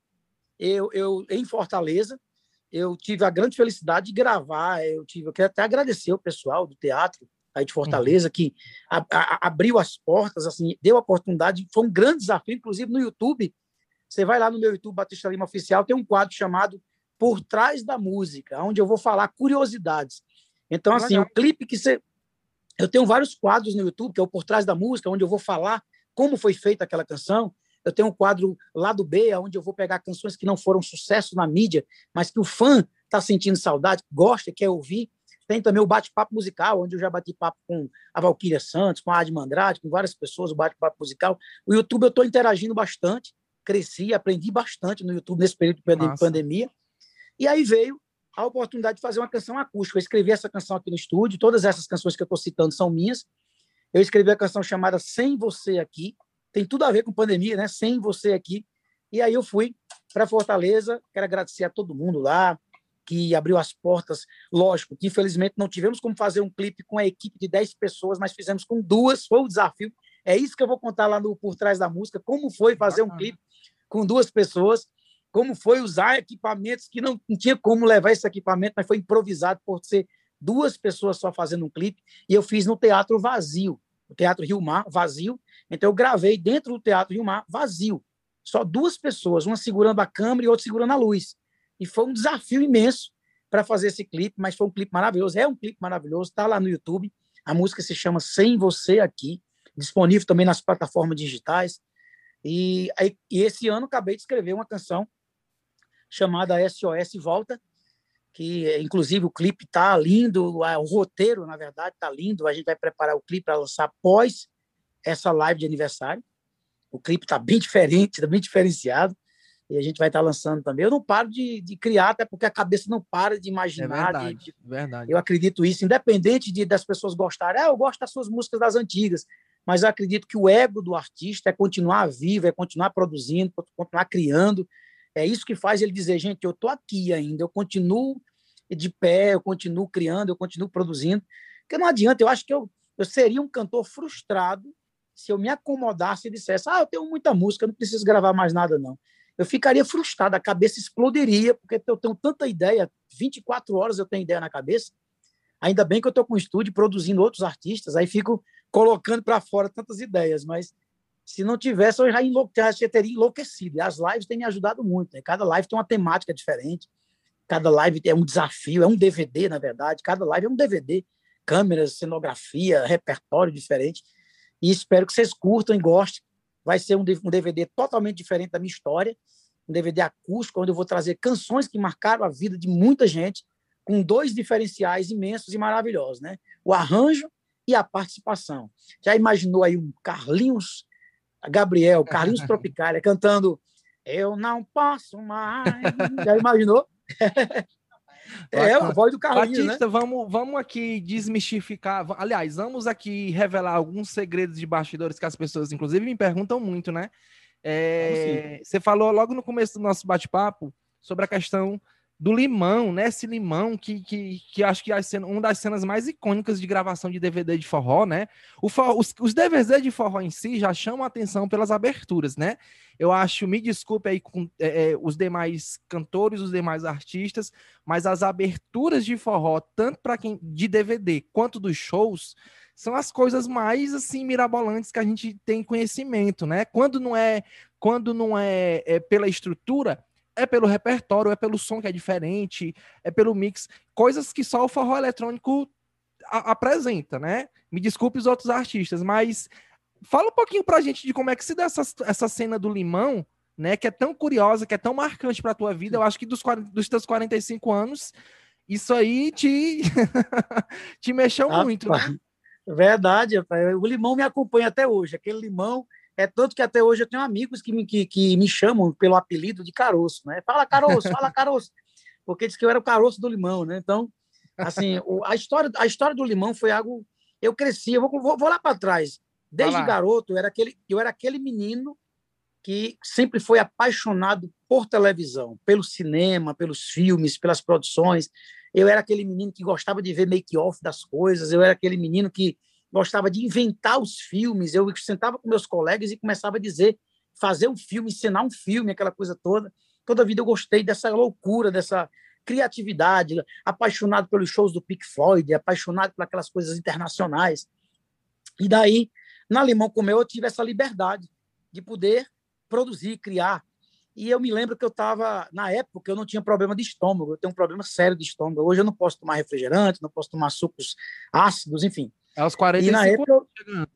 eu em Fortaleza, eu tive a grande felicidade de gravar, eu quero até agradecer o pessoal do teatro aí de Uhum. Fortaleza, que abriu as portas, assim, deu a oportunidade, foi um grande desafio, inclusive no YouTube, você vai lá no meu YouTube, Batista Lima Oficial, tem um quadro chamado Por Trás da Música, onde eu vou falar curiosidades. Então, assim, o Legal. clipe que você... Eu tenho vários quadros no YouTube, que é o Por Trás da Música, onde eu vou falar como foi feita aquela canção. Eu tenho um quadro Lado B, onde eu vou pegar canções que não foram sucesso na mídia, mas que o fã está sentindo saudade, gosta, quer ouvir. Tem também o Bate-Papo Musical, onde eu já bati papo com a Valquíria Santos, com a Adma Andrade, com várias pessoas, o Bate-Papo Musical. O YouTube eu estou interagindo bastante, cresci, aprendi bastante no YouTube nesse período de Massa. pandemia. E aí veio a oportunidade de fazer uma canção acústica. Eu escrevi essa canção aqui no estúdio, todas essas canções que eu estou citando são minhas. Eu escrevi a canção chamada Sem Você Aqui, tem tudo a ver com pandemia, né? Sem Você Aqui. E aí eu fui para Fortaleza, quero agradecer a todo mundo lá, que abriu as portas. Lógico que, infelizmente, não tivemos como fazer um clipe com a equipe de 10 pessoas, mas fizemos com 2, foi o desafio. É isso que eu vou contar lá no Por Trás da Música, como foi fazer um Bacana. clipe com 2 pessoas, como foi usar equipamentos que não tinha como levar esse equipamento, mas foi improvisado por ser 2 pessoas só fazendo um clipe, e eu fiz no Teatro Vazio, o Teatro Rio Mar, vazio. Então eu gravei dentro do Teatro Rio Mar, vazio. Só 2 pessoas, uma segurando a câmera e outra segurando a luz. E foi um desafio imenso para fazer esse clipe, mas foi um clipe maravilhoso. É um clipe maravilhoso, está lá no YouTube. A música se chama Sem Você Aqui, disponível também nas plataformas digitais. E esse ano acabei de escrever uma canção chamada SOS Volta, que inclusive o clipe está lindo, o roteiro, na verdade, está lindo. A gente vai preparar o clipe para lançar após essa live de aniversário. O clipe está bem diferente, está bem diferenciado, e a gente vai estar lançando também. Eu não paro de criar, até porque a cabeça não para de imaginar. Verdade. Eu acredito isso, independente das pessoas gostarem. Eu gosto das suas músicas das antigas, mas eu acredito que o ego do artista é continuar vivo, é continuar produzindo, continuar criando. É isso que faz ele dizer, gente, eu estou aqui ainda, eu continuo de pé, eu continuo criando, eu continuo produzindo. Porque não adianta, eu acho que eu seria um cantor frustrado se eu me acomodasse e dissesse, eu tenho muita música, não preciso gravar mais nada, não. Eu ficaria frustrado, a cabeça explodiria, porque eu tenho tanta ideia, 24 horas eu tenho ideia na cabeça. Ainda bem que eu estou com o estúdio produzindo outros artistas, aí fico colocando para fora tantas ideias, mas se não tivesse, eu já teria enlouquecido. E as lives têm me ajudado muito, né? Cada live tem uma temática diferente, cada live é um desafio, é um DVD, na verdade, cada live é um DVD, câmeras, cenografia, repertório diferente, e espero que vocês curtam e gostem. Vai ser um DVD totalmente diferente da minha história, um DVD acústico, onde eu vou trazer canções que marcaram a vida de muita gente, com 2 diferenciais imensos e maravilhosos, né? O arranjo e a participação. Já imaginou aí um Carlinhos Tropicália, cantando Eu Não Posso Mais? Já imaginou? A voz do Carlinhos, Batista, né? vamos aqui desmistificar. Aliás, vamos aqui revelar alguns segredos de bastidores que as pessoas, inclusive, me perguntam muito, né? Você falou logo no começo do nosso bate-papo sobre a questão do limão, né? Esse limão que acho que é uma das cenas mais icônicas de gravação de DVD de forró, né? Os DVDs de forró em si já chamam a atenção pelas aberturas, né? Eu acho, me desculpe aí com os demais cantores, os demais artistas, mas as aberturas de forró, tanto para quem de DVD quanto dos shows, são as coisas mais assim mirabolantes que a gente tem conhecimento, né? Quando não é pela estrutura, é pelo repertório, é pelo som que é diferente, é pelo mix, coisas que só o forró eletrônico apresenta, né? Me desculpe os outros artistas, mas fala um pouquinho pra gente de como é que se dá essa cena do limão, né? Que é tão curiosa, que é tão marcante pra tua vida. Eu acho que dos teus 45 anos, isso aí te mexeu muito, né? Verdade, rapaz. O limão me acompanha até hoje. Aquele limão é tanto que até hoje eu tenho amigos que me chamam pelo apelido de caroço, né? Fala caroço, porque diz que eu era o caroço do limão, né? Então, assim, a história do limão foi algo. Eu cresci, eu vou lá para trás. Desde garoto, eu era aquele menino que sempre foi apaixonado por televisão, pelo cinema, pelos filmes, pelas produções. Eu era aquele menino que gostava de ver make-off das coisas, eu era aquele menino que gostava de inventar os filmes. Eu sentava com meus colegas e começava a fazer um filme, ensinar um filme, aquela coisa toda. Toda a vida eu gostei dessa loucura, dessa criatividade, apaixonado pelos shows do Pink Floyd, apaixonado por aquelas coisas internacionais. E daí, na Limão com Mel, eu tive essa liberdade de poder produzir, criar. E eu me lembro que eu estava, na época, eu não tinha problema de estômago, eu tenho um problema sério de estômago. Hoje eu não posso tomar refrigerante, não posso tomar sucos ácidos, enfim. É aos 45 e na época,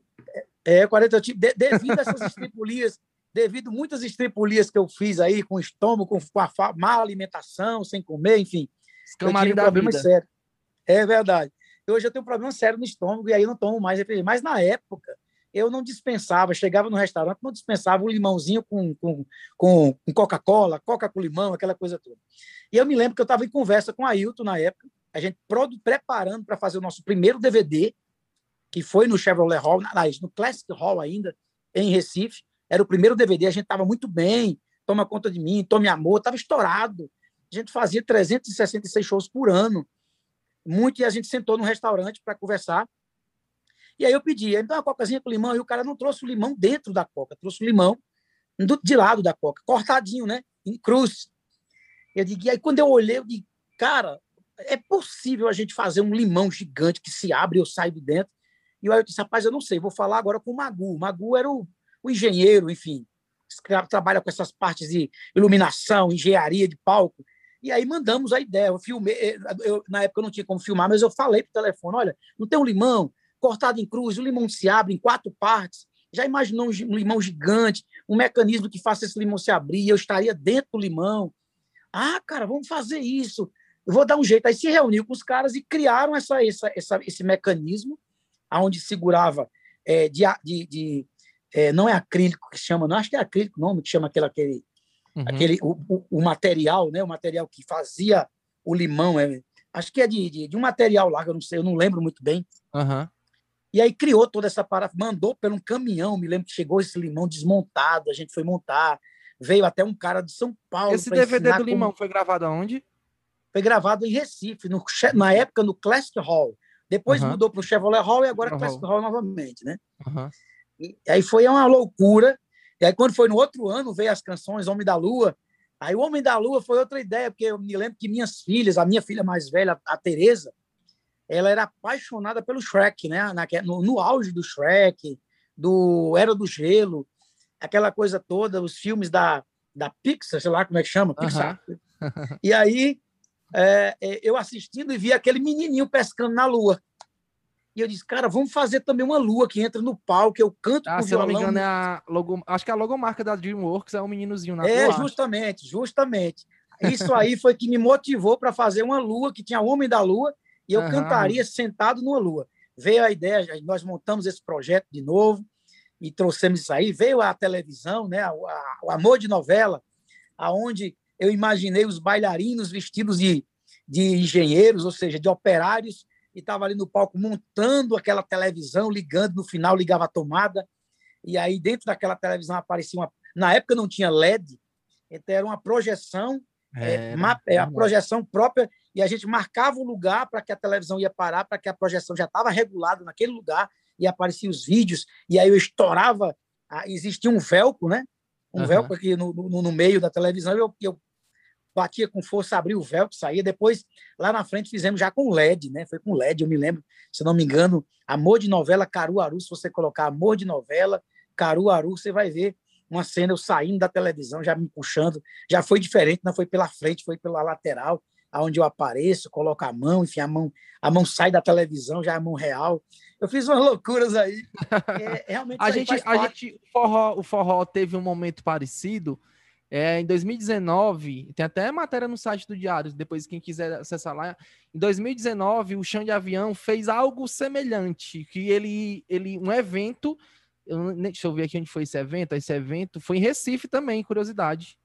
40, devido a essas estripulias, devido a muitas estripulias que eu fiz aí com o estômago, com a má alimentação, sem comer, enfim, eu tive problemas sérios. É verdade. Hoje eu tenho um problema sério no estômago e aí eu não tomo mais refrigerante. Mas na época, eu não dispensava, chegava no restaurante, não dispensava um limãozinho com Coca-Cola, Coca com limão, aquela coisa toda. E eu me lembro que eu estava em conversa com a Ailton na época, a gente preparando para fazer o nosso primeiro DVD, que foi no Chevrolet Hall, no Classic Hall ainda, em Recife. Era o primeiro DVD, a gente estava muito bem, Toma Conta de Mim, Tome Amor, estava estourado. A gente fazia 366 shows por ano, muito, e a gente sentou num restaurante para conversar. E aí eu pedi, então uma cocazinha com limão, e o cara não trouxe o limão dentro da coca, trouxe o limão de lado da coca, cortadinho, né? Em cruz. Eu digo, e aí quando eu olhei, eu digo, cara, é possível a gente fazer um limão gigante que se abre e eu saio de dentro? E eu disse, rapaz, eu não sei, vou falar agora com o Magu. O Magu era o engenheiro, enfim, trabalha com essas partes de iluminação, engenharia de palco. E aí mandamos a ideia. Eu filmei, na época eu não tinha como filmar, mas eu falei por telefone, olha, não tem um limão cortado em cruz, o limão se abre em 4 partes. Já imaginou um limão gigante, um mecanismo que faça esse limão se abrir, eu estaria dentro do limão. Ah, cara, vamos fazer isso. eu vou dar um jeito. Aí se reuniu com os caras e criaram esse mecanismo onde segurava não é acrílico que chama, não, acho que é acrílico o nome, que chama o material, né? O material que fazia o limão, acho que é de um material lá, que eu não sei, eu não lembro muito bem. Uhum. E aí criou toda essa parada, mandou por um caminhão, me lembro que chegou esse limão desmontado, a gente foi montar, veio até um cara de São Paulo. Esse DVD do limão foi gravado aonde? Foi gravado em Recife, na época no Classic Hall. Depois mudou para o Chevrolet Hall e agora Classic Hall novamente, né? E aí foi uma loucura. E aí quando foi no outro ano, veio as canções Homem da Lua. Aí o Homem da Lua foi outra ideia, porque eu me lembro que minhas filhas, a minha filha mais velha, a Tereza, ela era apaixonada pelo Shrek, né? No auge do Shrek, do Era do Gelo, aquela coisa toda, os filmes da Pixar, sei lá como é que chama, Pixar. E aí eu assistindo e vi aquele menininho pescando na lua. E eu disse, cara, vamos fazer também uma lua que entra no palco, eu canto com o violão. Se eu não me engano, acho que a logomarca da DreamWorks é um meninozinho na justamente. Isso aí foi que me motivou para fazer uma lua, que tinha Homem da Lua, e eu cantaria sentado numa lua. Veio a ideia, nós montamos esse projeto de novo e trouxemos isso aí. Veio a televisão, né? O Amor de Novela, aonde eu imaginei os bailarinos vestidos de engenheiros, ou seja, de operários, e estava ali no palco montando aquela televisão, ligando, no final ligava a tomada, e aí dentro daquela televisão aparecia na época não tinha LED, então era uma projeção, a projeção própria, e a gente marcava o lugar para que a televisão ia parar, para que a projeção já estava regulada naquele lugar, e apareciam os vídeos, e aí eu estourava, existia um velcro, né? Velcro aqui no meio da televisão, e eu batia com força, abria o véu que saía. Depois, lá na frente, fizemos já com LED, né? Foi com LED, eu me lembro, se não me engano, Amor de Novela, Caruaru. Se você colocar Amor de Novela, Caruaru, você vai ver uma cena eu saindo da televisão, já me puxando. Já foi diferente, não foi pela frente, foi pela lateral, aonde eu apareço, coloco a mão, enfim, a mão sai da televisão, já é a mão real. Eu fiz umas loucuras aí. Realmente o forró teve um momento parecido. Em 2019, tem até matéria no site do Diário, depois quem quiser acessar lá. Em 2019, o Chão de Avião fez algo semelhante, que um evento, deixa eu ver aqui onde foi esse evento foi em Recife também, curiosidade.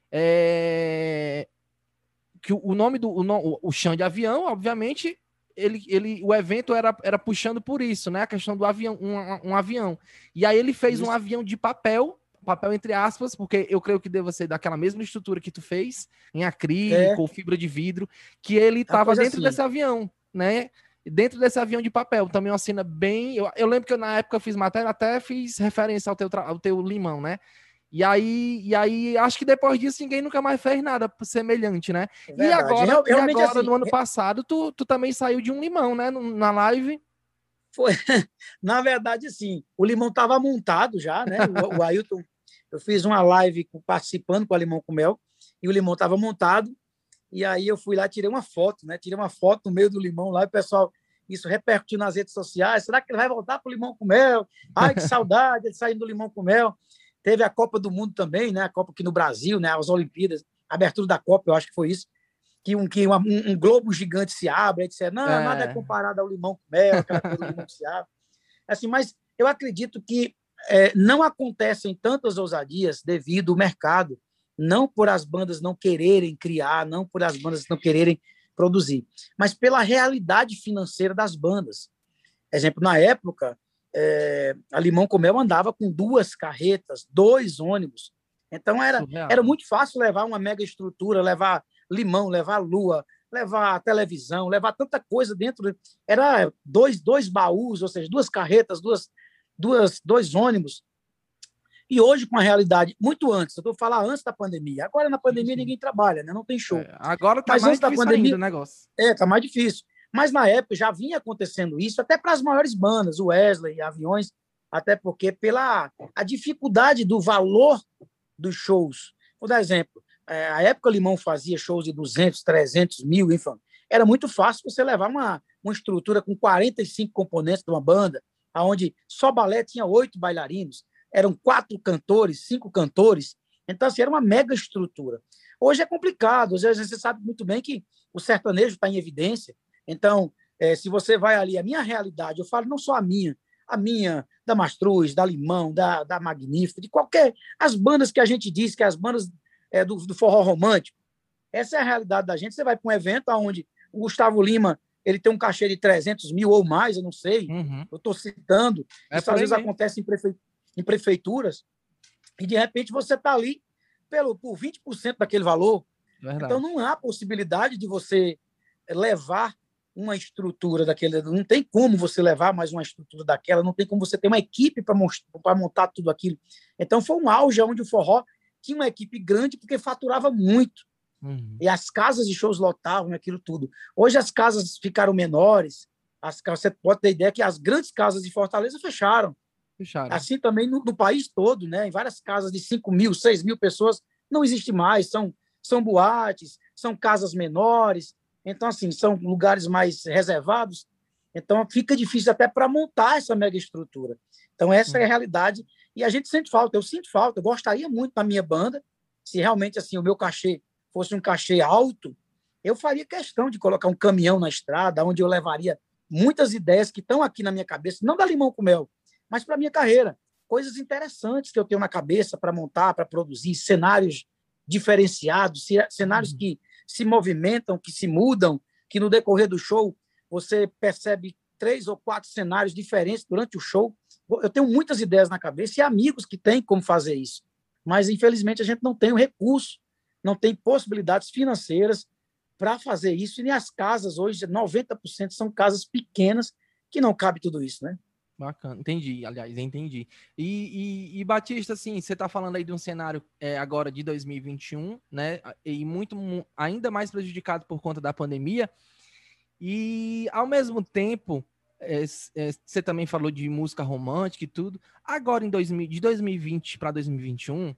Que o nome o Chão de Avião, obviamente, o evento era puxando por isso, né? A questão do avião, um avião. E aí ele fez um avião de papel entre aspas, porque eu creio que deva ser daquela mesma estrutura que tu fez, em acrílico ou fibra de vidro, que ele estava dentro desse avião, né? Dentro desse avião de papel. Também uma cena bem... Eu lembro que na época eu fiz matéria, até fiz referência ao teu limão, né? E aí, acho que depois disso, ninguém nunca mais fez nada semelhante, né? E agora, assim, no ano passado, tu também saiu de um limão, né? Na live... Foi, na verdade, sim. O limão estava montado já, né? O Ailton, eu fiz uma live participando com a Limão com Mel, e o limão estava montado, e aí eu fui lá, tirei uma foto, né? Tirei uma foto no meio do limão lá, e o pessoal, isso repercutiu nas redes sociais, será que ele vai voltar para o Limão com Mel? Ai, que saudade ele saindo do Limão com Mel. Teve a Copa do Mundo também, né? A Copa aqui no Brasil, né? As Olimpíadas, a abertura da Copa, eu acho que foi isso, que um globo gigante se abre, etc. Não, nada é comparado ao Limão com Mel, aquela coisa do limão que se abre. Assim, mas eu acredito que não acontecem tantas ousadias devido ao mercado, não por as bandas não quererem criar, não por as bandas não quererem produzir, mas pela realidade financeira das bandas. Exemplo, na época, a Limão com Mel andava com 2 carretas, 2 ônibus. Então, era muito fácil levar uma mega estrutura, levar limão, levar lua, levar televisão, levar tanta coisa dentro. Era dois baús, ou seja, 2 carretas, 2 ônibus. E hoje, com a realidade, muito antes, eu estou falando antes da pandemia. Agora, na pandemia, ninguém trabalha, né? Não tem show. Agora está mais difícil ainda o negócio. Está mais difícil. Mas, na época, já vinha acontecendo isso, até para as maiores bandas, o Wesley, Aviões, até porque pela a dificuldade do valor dos shows. Vou dar exemplo. A época, o Limão fazia shows de 200, 300 mil, enfim. Era muito fácil você levar uma estrutura com 45 componentes de uma banda, onde só balé tinha 8 bailarinos, eram 4 cantores, 5 cantores. Então, assim, era uma mega estrutura. Hoje é complicado. Hoje você sabe muito bem que o sertanejo está em evidência. Então, se você vai ali, a minha realidade, eu falo não só a minha, da Mastruz, da Limão, da Magnífica, de qualquer... As bandas que a gente diz que as bandas do forró romântico, essa é a realidade da gente. Você vai para um evento onde o Gustavo Lima ele tem um cachê de 300 mil ou mais, eu não sei, eu estou citando, isso às vezes acontece em prefeituras, e de repente você está ali por 20% daquele valor. Verdade. Então não há possibilidade de você levar uma estrutura daquele, não tem como você levar mais uma estrutura daquela, não tem como você ter uma equipe para montar tudo aquilo. Então foi um auge onde o forró tinha uma equipe grande porque faturava muito. E as casas de shows lotavam aquilo tudo. Hoje as casas ficaram menores, você pode ter ideia que as grandes casas de Fortaleza fecharam. Assim também no país todo, né? Em várias casas de 5 mil, 6 mil pessoas não existe mais, são boates, são casas menores, então assim, são lugares mais reservados, então fica difícil até para montar essa mega estrutura. Então essa é a realidade e a gente sente falta, eu sinto falta, eu gostaria muito da minha banda, se realmente assim o meu cachê fosse um cachê alto, eu faria questão de colocar um caminhão na estrada, onde eu levaria muitas ideias que estão aqui na minha cabeça, não da Limão com Mel, mas para a minha carreira. Coisas interessantes que eu tenho na cabeça para montar, para produzir, cenários diferenciados, cenários que se movimentam, que se mudam, que no decorrer do show você percebe 3 ou 4 cenários diferentes durante o show. Eu tenho muitas ideias na cabeça e amigos que têm como fazer isso, mas infelizmente a gente não tem o recurso, não tem possibilidades financeiras para fazer isso, e nem as casas hoje, 90% são casas pequenas que não cabe tudo isso, né? Bacana, entendi, aliás, entendi. E Batista, assim, você está falando aí de um cenário agora de 2021, né? E ainda mais prejudicado por conta da pandemia. E, ao mesmo tempo, você também falou de música romântica e tudo. Agora, de 2020 para 2021,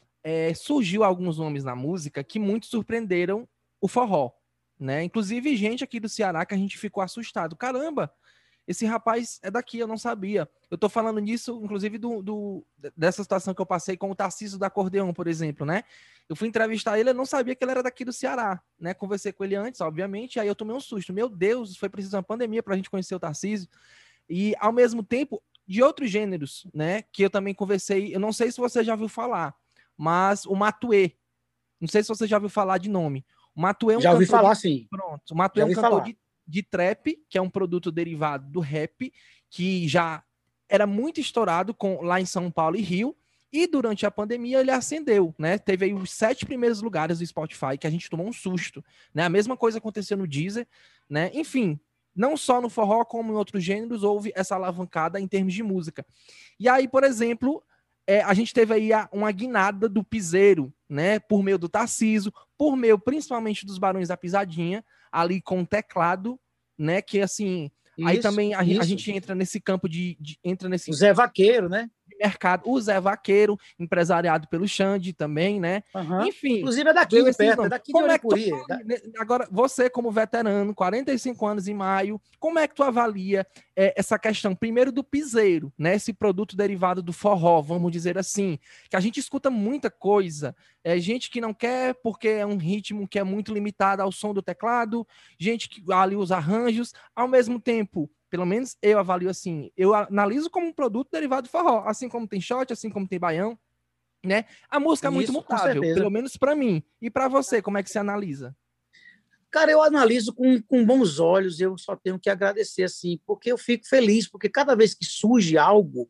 surgiu alguns nomes na música que muito surpreenderam o forró, né? Inclusive gente aqui do Ceará que a gente ficou assustado. Caramba, esse rapaz é daqui, eu não sabia. Eu tô falando disso, inclusive, dessa situação que eu passei com o Tarcísio da Acordeão, por exemplo, né? Eu fui entrevistar ele, eu não sabia que ele era daqui do Ceará, né? Conversei com ele antes, obviamente, aí eu tomei um susto. Meu Deus, foi preciso uma pandemia pra gente conhecer o Tarcísio. E, ao mesmo tempo, de outros gêneros, né? Que eu também conversei, eu não sei se você já ouviu falar, mas o Matuê. Não sei se você já ouviu falar de nome. O Matuê é um já ouvi falar, sim. Pronto. O Matuê é um cantor de trap, que é um produto derivado do rap, que já era muito estourado lá em São Paulo e Rio, e durante a pandemia ele ascendeu, né? Teve aí os 7 primeiros lugares do Spotify, que a gente tomou um susto, né? A mesma coisa aconteceu no Deezer, né? Enfim, não só no forró, como em outros gêneros, houve essa alavancada em termos de música. E aí, por exemplo, a gente teve aí uma guinada do piseiro, né? Por meio do Tarcísio, por meio principalmente dos Barões da Pisadinha, ali com o teclado, né? Que assim, isso, aí também a gente entra nesse campo entra nesse o Zé Vaqueiro, né? Mercado, o Zé Vaqueiro, empresariado pelo Xande também, né? Enfim. Inclusive é daqui de perto, é daqui de Uricuri. Agora, você como veterano, 45 anos em maio, como é que tu avalia essa questão, primeiro do piseiro, né? Esse produto derivado do forró, vamos dizer assim, que a gente escuta muita coisa, gente que não quer porque é um ritmo que é muito limitado ao som do teclado, gente que ali usa arranjos, ao mesmo tempo, pelo menos eu avalio assim, eu analiso como um produto derivado do forró, assim como tem shot, assim como tem baião, né? A música é muito mutável, pelo menos para mim. E para você, como é que você analisa? Cara, eu analiso com bons olhos, eu só tenho que agradecer, assim, porque eu fico feliz, porque cada vez que surge algo,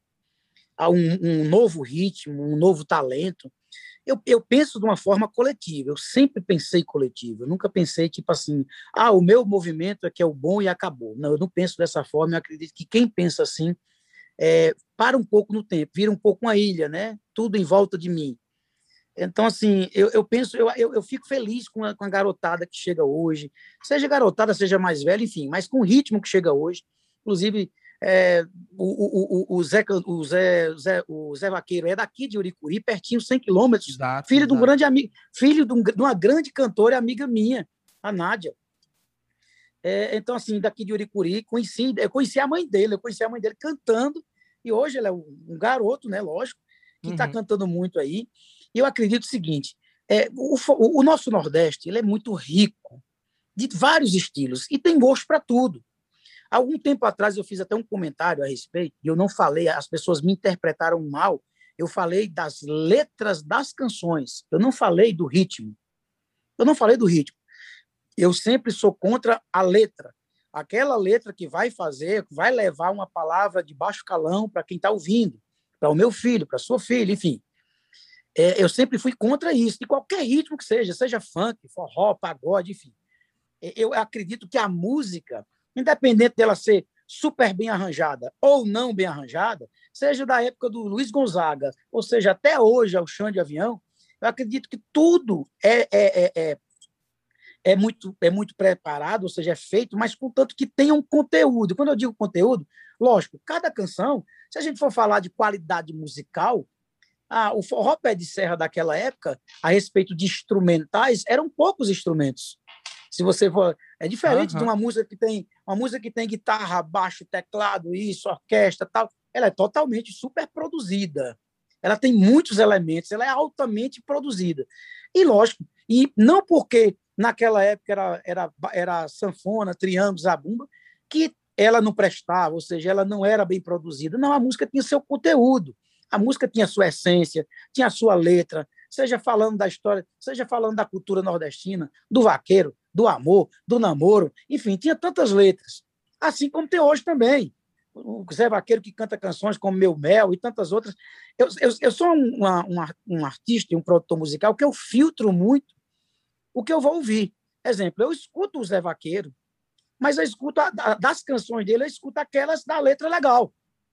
um novo ritmo, um novo talento, eu penso de uma forma coletiva, eu sempre pensei coletivo, eu nunca pensei tipo assim, o meu movimento é que é o bom e acabou. Não, eu não penso dessa forma, eu acredito que quem pensa assim para um pouco no tempo, vira um pouco uma ilha, né? Tudo em volta de mim. Então, assim, eu penso, eu fico feliz com a garotada que chega hoje, seja garotada, seja mais velha, enfim, mas com o ritmo que chega hoje, inclusive o Zé Vaqueiro é daqui de Uricuri, pertinho, 100 quilômetros, filho de um grande amigo, filho de uma grande cantora e amiga minha, a Nádia. Então, assim, daqui de Uricuri, eu conheci a mãe dele cantando, e hoje ele é um garoto, né, lógico, que está cantando muito aí. E eu acredito o seguinte, o nosso Nordeste ele é muito rico de vários estilos, e tem gosto para tudo. Algum tempo atrás eu fiz até um comentário a respeito, e eu não falei, as pessoas me interpretaram mal, eu falei das letras das canções, eu não falei do ritmo. Eu não falei do ritmo. Eu sempre sou contra a letra. Aquela letra que vai fazer, que vai levar uma palavra de baixo calão para quem está ouvindo, para o meu filho, para a sua filha, enfim. Eu sempre fui contra isso, de qualquer ritmo que seja funk, forró, pagode, enfim. Eu acredito que a música, independente dela ser super bem arranjada ou não bem arranjada, seja da época do Luiz Gonzaga, ou seja, até hoje, ao Chão de Avião, eu acredito que tudo é muito preparado, ou seja, é feito, mas contanto que tenha um conteúdo. Quando eu digo conteúdo, lógico, cada canção, se a gente for falar de qualidade musical, o forró pé de serra daquela época, a respeito de instrumentais, eram poucos instrumentos. Se você for, é diferente de uma música que tem guitarra, baixo, teclado, isso, orquestra, tal. Ela é totalmente super produzida. Ela tem muitos elementos, ela é altamente produzida. E lógico, e não porque naquela época era sanfona, triângulo, zabumba, que ela não prestava, ou seja, ela não era bem produzida. Não, a música tinha seu conteúdo. A música tinha sua essência, tinha a sua letra, seja falando da história, seja falando da cultura nordestina, do vaqueiro, do amor, do namoro, enfim, tinha tantas letras. Assim como tem hoje também. O Zé Vaqueiro que canta canções como Meu Mel e tantas outras. Eu sou um artista e um produtor musical que eu filtro muito o que eu vou ouvir. Exemplo, eu escuto o Zé Vaqueiro, mas eu escuto das canções dele, eu escuto aquelas da letra legal.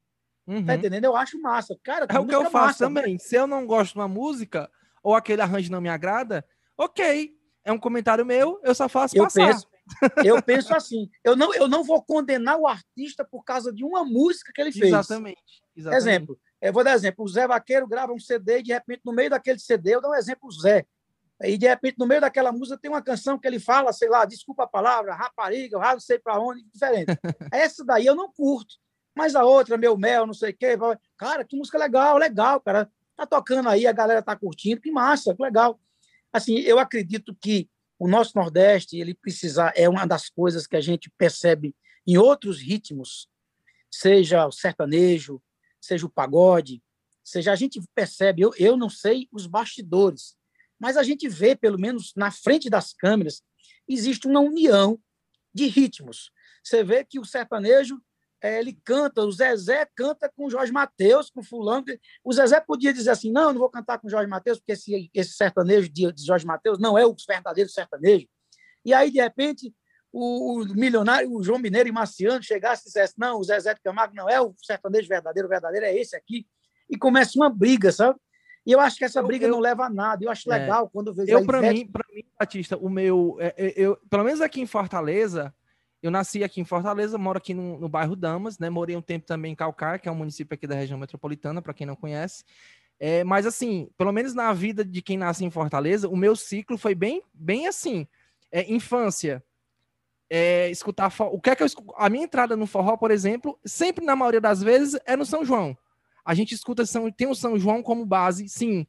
Tá entendendo? Eu acho massa. Cara, é o que eu faço massa, também. Se eu não gosto de uma música, ou aquele arranjo não me agrada, ok. É um comentário meu, eu só faço passar. Eu penso assim. Eu não vou condenar o artista por causa de uma música que ele fez. Exatamente. Exemplo. Eu vou dar exemplo. O Zé Vaqueiro grava um CD e, de repente, no meio daquele CD, eu dou um exemplo, o Zé. E, de repente, no meio daquela música, tem uma canção que ele fala, sei lá, desculpa a palavra, rapariga, eu não sei para onde, diferente. Essa daí eu não curto. Mas a outra, Meu Mel, não sei o quê. Cara, que música legal, cara. Tá tocando aí, a galera tá curtindo, que massa, que legal. Assim, eu acredito que o nosso Nordeste, ele é uma das coisas que a gente percebe em outros ritmos, seja o sertanejo, seja o pagode, seja a gente percebe, eu não sei os bastidores, mas a gente vê, pelo menos na frente das câmeras, existe uma união de ritmos. Você vê que o sertanejo ele canta, o Zezé canta com o Jorge Mateus, com fulano. O Zezé podia dizer assim, não vou cantar com o Jorge Mateus, porque esse sertanejo de Jorge Mateus não é o verdadeiro sertanejo. E aí, de repente, o milionário, o João Mineiro e Marciano chegasse e dissesse, não, o Zezé de Camargo não é o sertanejo verdadeiro, o verdadeiro é esse aqui. E começa uma briga, sabe? E eu acho que essa briga não leva a nada. Eu acho legal quando eu vejo para mim, Batista, o meu... pelo menos aqui em Fortaleza... Eu nasci aqui em Fortaleza, moro aqui no bairro Damas, né? Morei um tempo também em Calcaia, que é um município aqui da região metropolitana, para quem não conhece. Mas, assim, pelo menos na vida de quem nasce em Fortaleza, o meu ciclo foi bem assim. Infância, escutar... O que é que eu escuto? A minha entrada no forró, por exemplo, sempre, na maioria das vezes, é no São João. A gente escuta, tem o São João como base, sim.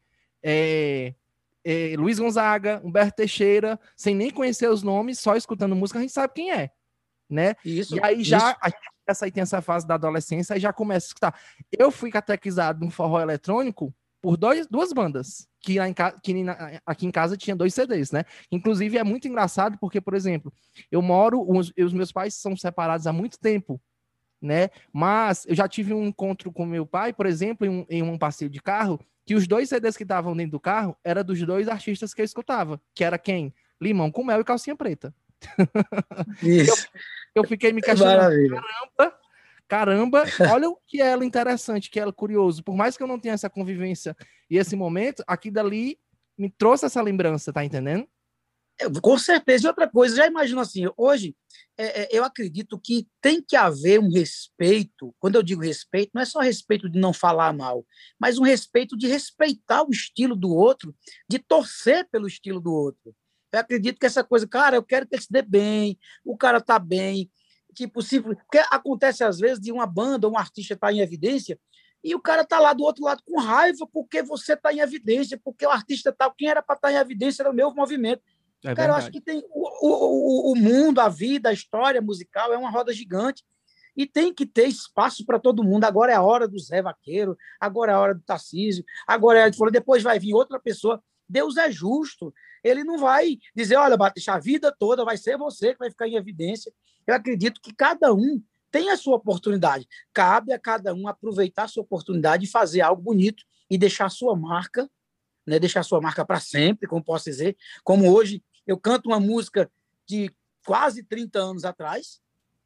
Luiz Gonzaga, Humberto Teixeira, sem nem conhecer os nomes, só escutando música, a gente sabe quem é. Né? Isso, e aí a gente tem essa fase da adolescência e já começa a escutar. Eu fui catequizado no forró eletrônico por duas bandas, que aqui em casa tinha 2 CDs, né? Inclusive é muito engraçado porque, por exemplo, os meus pais são separados há muito tempo, né? Mas eu já tive um encontro com meu pai, por exemplo, em um passeio de carro, que os 2 CDs que estavam dentro do carro eram dos 2 artistas que eu escutava, que era quem? Limão com Mel e Calcinha Preta. Isso. Eu fiquei me questionando, caramba, olha o que é interessante, que é curioso. Por mais que eu não tenha essa convivência e esse momento, aqui dali me trouxe essa lembrança, tá entendendo? Com certeza. E outra coisa, já imagino assim, hoje eu acredito que tem que haver um respeito. Quando eu digo respeito, não é só respeito de não falar mal, mas um respeito de respeitar o estilo do outro, de torcer pelo estilo do outro. Eu acredito que essa coisa, cara, eu quero que ele se dê bem, o cara tá bem, tipo, porque acontece às vezes de uma banda ou um artista estar em evidência e o cara tá lá do outro lado com raiva porque você tá em evidência, porque o artista tal, quem era para estar em evidência era o meu movimento. É Cara, eu acho verdade. que tem o mundo, a vida, a história musical é uma roda gigante e tem que ter espaço para todo mundo. Agora é a hora do Zé Vaqueiro, agora é a hora do Tarcísio, agora é a de depois vai vir outra pessoa. Deus é justo. Ele não vai dizer, olha, Batista, a vida toda vai ser você que vai ficar em evidência. Eu acredito que cada um tem a sua oportunidade. Cabe a cada um aproveitar a sua oportunidade e fazer algo bonito e deixar a sua marca, né? Deixar a sua marca para sempre, como posso dizer. Como hoje eu canto uma música de quase 30 anos atrás,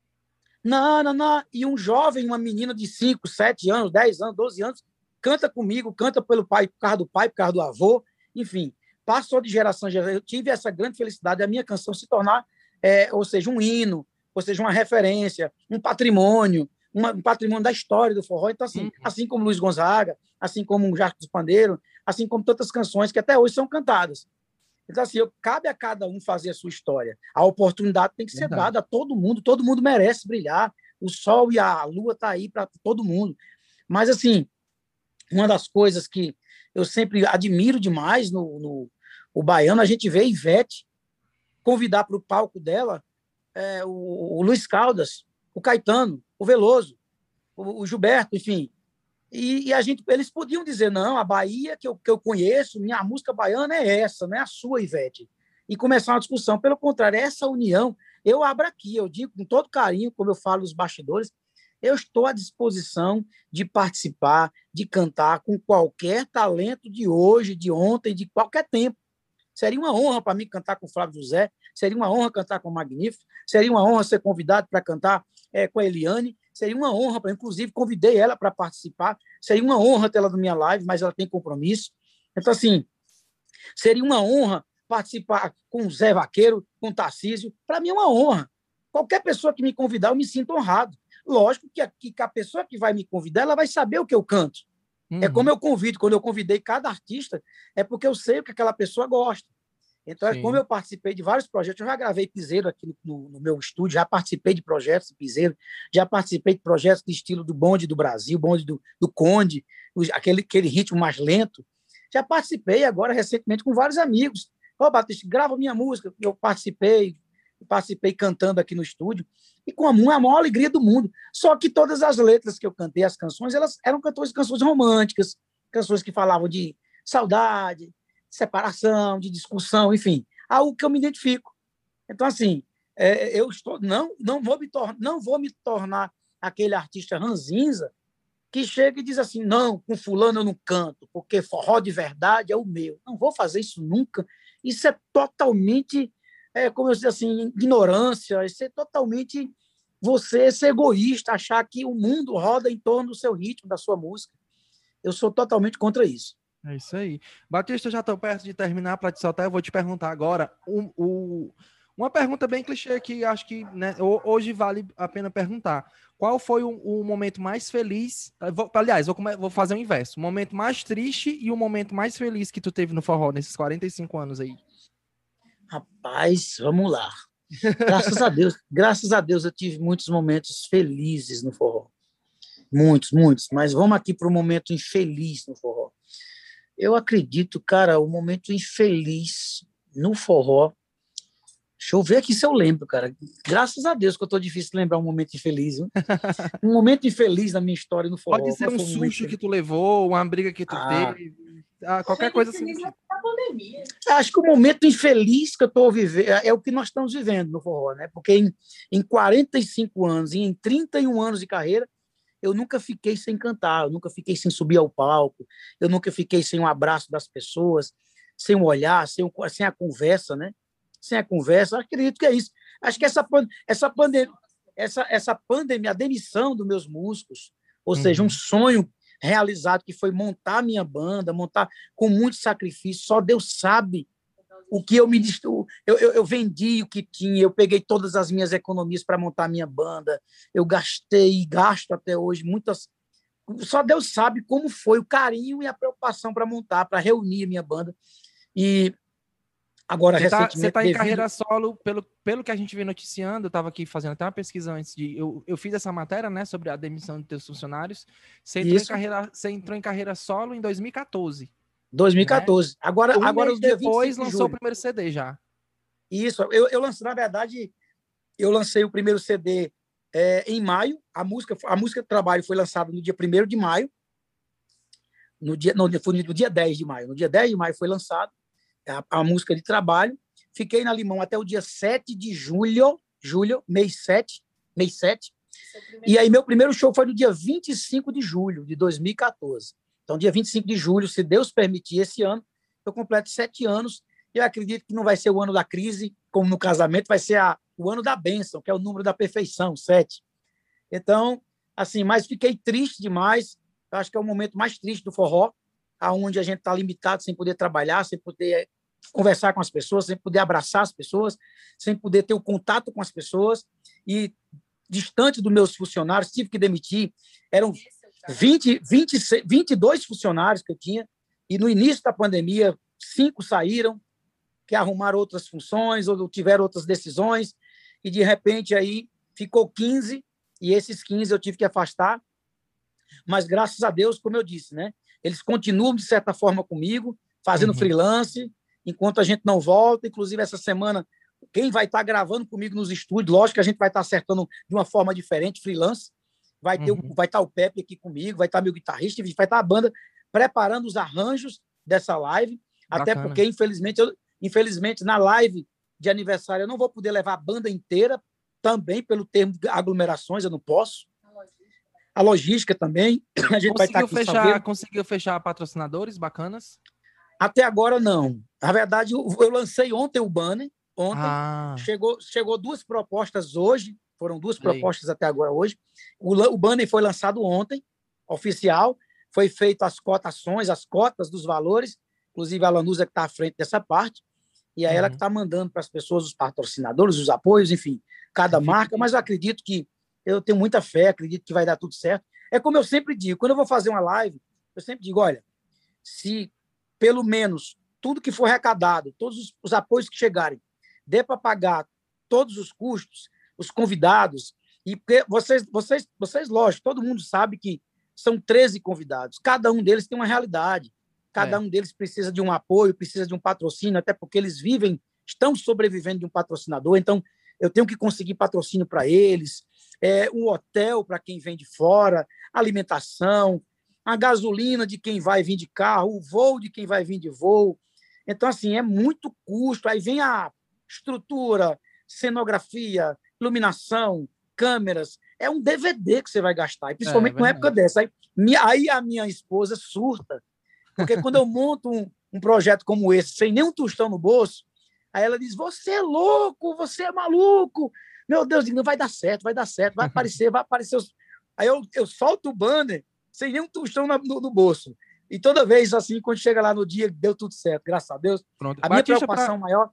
e um jovem, uma menina de 5, 7 anos, 10 anos, 12 anos, canta comigo, canta pelo pai, por causa do pai, por causa do avô, enfim, passou de geração em geração. Eu tive essa grande felicidade da minha canção se tornar, ou seja, um hino, ou seja, uma referência, um patrimônio, um patrimônio da história do forró. Então, assim como Luiz Gonzaga, assim como o Jacques dos Pandeiro, assim como tantas canções que até hoje são cantadas. Então, assim, cabe a cada um fazer a sua história. A oportunidade tem que ser Verdade. dada a todo mundo merece brilhar. O sol e a lua estão aí para todo mundo. Mas, assim, uma das coisas que eu sempre admiro demais no baiano, a gente vê Ivete convidar para o palco dela o Luiz Caldas, o Caetano, o Veloso, o Gilberto, enfim. E eles podiam dizer, não, a Bahia que eu conheço, minha música baiana é essa, não é a sua, Ivete. E começar uma discussão. Pelo contrário, essa união, eu abro aqui, eu digo com todo carinho, como eu falo nos bastidores, eu estou à disposição de participar, de cantar com qualquer talento de hoje, de ontem, de qualquer tempo. Seria uma honra para mim cantar com o Flávio José, seria uma honra cantar com o Magnífico, seria uma honra ser convidado para cantar com a Eliane, seria uma honra, inclusive convidei ela para participar, seria uma honra ter ela na minha live, mas ela tem compromisso. Então, assim, seria uma honra participar com o Zé Vaqueiro, com o Tarcísio, para mim é uma honra. Qualquer pessoa que me convidar, eu me sinto honrado. Lógico que a pessoa que vai me convidar, ela vai saber o que eu canto. É como eu convido, quando eu convidei cada artista, é porque eu sei o que aquela pessoa gosta. Então, como eu participei de vários projetos, eu já gravei piseiro aqui no meu estúdio, já participei de projetos de piseiro, já participei de projetos de estilo do bonde do Brasil, bonde do Conde, aquele ritmo mais lento. Já participei agora, recentemente, com vários amigos. Batista, grava minha música. Eu participei cantando aqui no estúdio, e com a maior alegria do mundo. Só que todas as letras que eu cantei, as canções, elas eram canções românticas, canções que falavam de saudade, separação, de discussão, enfim, algo que eu me identifico. Então, assim, não vou me tornar aquele artista ranzinza que chega e diz assim, não, com fulano eu não canto, porque forró de verdade é o meu. Não vou fazer isso nunca. Isso é totalmente, como eu dizer assim, ignorância, isso é totalmente você ser egoísta, achar que o mundo roda em torno do seu ritmo, da sua música. Eu sou totalmente contra isso. É isso aí. Batista, já estou perto de terminar para te soltar. Eu vou te perguntar agora uma pergunta bem clichê que acho que, né, hoje vale a pena perguntar. Qual foi o momento mais feliz? Aliás, vou fazer o inverso. O momento mais triste e o momento mais feliz que tu teve no forró nesses 45 anos aí? Rapaz, vamos lá. Graças a Deus eu tive muitos momentos felizes no forró. Muitos, muitos. Mas vamos aqui para o momento infeliz no forró. Eu acredito, cara, o momento infeliz no forró. Deixa eu ver aqui se eu lembro, cara. Graças a Deus que eu tô difícil de lembrar um momento infeliz. Viu? Um momento infeliz na minha história no forró. Pode ser um susto que tu levou, uma briga que tu teve, qualquer coisa assim. Acho que o momento infeliz que eu estou vivendo é o que nós estamos vivendo no forró, né? Porque em 45 anos e em 31 anos de carreira, eu nunca fiquei sem cantar, eu nunca fiquei sem subir ao palco, eu nunca fiquei sem um abraço das pessoas, sem um olhar, sem a conversa, né? Sem a conversa, acredito que é isso. Acho que essa pandemia, a demissão dos meus músicos, ou seja, um sonho realizado que foi montar minha banda, montar com muito sacrifício, só Deus sabe o que eu vendi o que tinha, eu peguei todas as minhas economias para montar a minha banda, eu gastei e gasto até hoje só Deus sabe como foi o carinho e a preocupação para montar, para reunir a minha banda. E agora, recentemente... Você está em carreira solo, pelo que a gente vê noticiando, eu estava aqui fazendo até uma pesquisa antes de... Eu fiz essa matéria, né, sobre a demissão de teus funcionários. Você entrou em carreira solo em 2014. 2014. Né? Agora Um mês no dia depois 25 de lançou julho. o primeiro CD já. Isso, eu lancei, na verdade, eu lancei o primeiro CD em maio. A música de trabalho foi lançada no dia 1º de maio. Foi no dia 10 de maio. No dia 10 de maio foi lançado a música de trabalho. Fiquei na Limão até o dia 7 de julho, mês 7. E aí meu primeiro show foi no dia 25 de julho de 2014. Então, dia 25 de julho, se Deus permitir, esse ano, eu completo 7 anos. Eu acredito que não vai ser o ano da crise, como no casamento, vai ser o ano da bênção, que é o número da perfeição, 7. Então, assim, mas fiquei triste demais. Eu acho que é o momento mais triste do forró, onde a gente está limitado, sem poder trabalhar, sem poder conversar com as pessoas, sem poder abraçar as pessoas, sem poder ter o contato com as pessoas. E distante dos meus funcionários, tive que demitir. Eram 22 funcionários que eu tinha, e no início da pandemia, 5 saíram, que arrumaram outras funções ou tiveram outras decisões, e de repente aí ficou 15, e esses 15 eu tive que afastar, mas graças a Deus, como eu disse, né, eles continuam de certa forma comigo, fazendo freelance, enquanto a gente não volta. Inclusive essa semana, quem vai estar gravando comigo nos estúdios, lógico que a gente vai estar acertando de uma forma diferente, freelance, vai estar o Pepe aqui comigo, vai estar meu guitarrista, vai estar a banda preparando os arranjos dessa live. Bacana. Até porque, infelizmente, na live de aniversário eu não vou poder levar a banda inteira, também pelo termo de aglomerações, eu não posso. A logística também. A gente vai estar aqui. Conseguiu fechar patrocinadores bacanas? Até agora, não. Na verdade, eu lancei ontem o banner. Chegou 2 propostas hoje. Foram 2 propostas até agora hoje. O banner foi lançado ontem, oficial. Foi feito as cotações, as cotas dos valores. Inclusive, a Lanusa que está à frente dessa parte. E é ela que está mandando para as pessoas os patrocinadores, os apoios, enfim, cada marca. Mas eu acredito que eu tenho muita fé, acredito que vai dar tudo certo. É como eu sempre digo, quando eu vou fazer uma live, eu sempre digo, olha, se pelo menos tudo que for arrecadado, todos os apoios que chegarem, dê para pagar todos os custos, os convidados, e porque vocês, lógico, todo mundo sabe que são 13 convidados, cada um deles tem uma realidade, cada um deles precisa de um apoio, precisa de um patrocínio, até porque eles estão sobrevivendo de um patrocinador, então eu tenho que conseguir patrocínio para eles, um hotel para quem vem de fora, alimentação, a gasolina de quem vai vir de carro, o voo de quem vai vir de voo. Então, assim, é muito custo. Aí vem a estrutura, cenografia, iluminação, câmeras. É um DVD que você vai gastar, e principalmente numa época dessa. Aí a minha esposa surta, porque quando eu monto um projeto como esse, sem nenhum tostão no bolso, aí ela diz, você é louco, você é maluco. Meu Deus, não vai dar certo, vai aparecer. Aí eu solto o banner sem nenhum tostão no bolso. E toda vez, assim, quando chega lá no dia, deu tudo certo, graças a Deus. Pronto. A minha preocupação maior...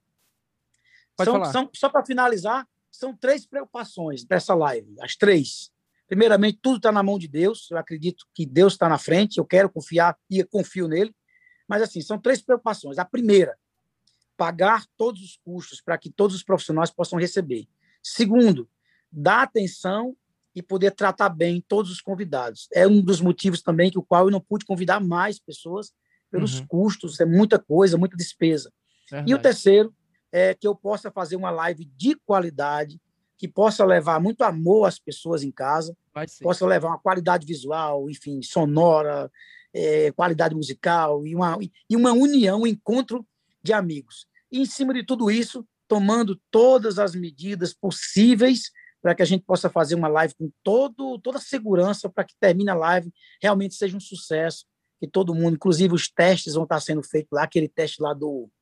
Só para finalizar, são 3 preocupações dessa live, as 3. Primeiramente, tudo está na mão de Deus. Eu acredito que Deus está na frente, eu quero confiar e eu confio nele. Mas, assim, são 3 preocupações. A primeira, pagar todos os custos para que todos os profissionais possam receber. Segundo, dar atenção e poder tratar bem todos os convidados. É um dos motivos também que o qual eu não pude convidar mais pessoas pelos custos, é muita coisa, muita despesa. Verdade. E o terceiro é que eu possa fazer uma live de qualidade, que possa levar muito amor às pessoas em casa, possa levar uma qualidade visual, enfim, sonora, qualidade musical e uma união, um encontro de amigos. E, em cima de tudo isso, tomando todas as medidas possíveis para que a gente possa fazer uma live com toda a segurança, para que termine a live, realmente seja um sucesso, que todo mundo, inclusive os testes vão estar sendo feitos lá, aquele teste lá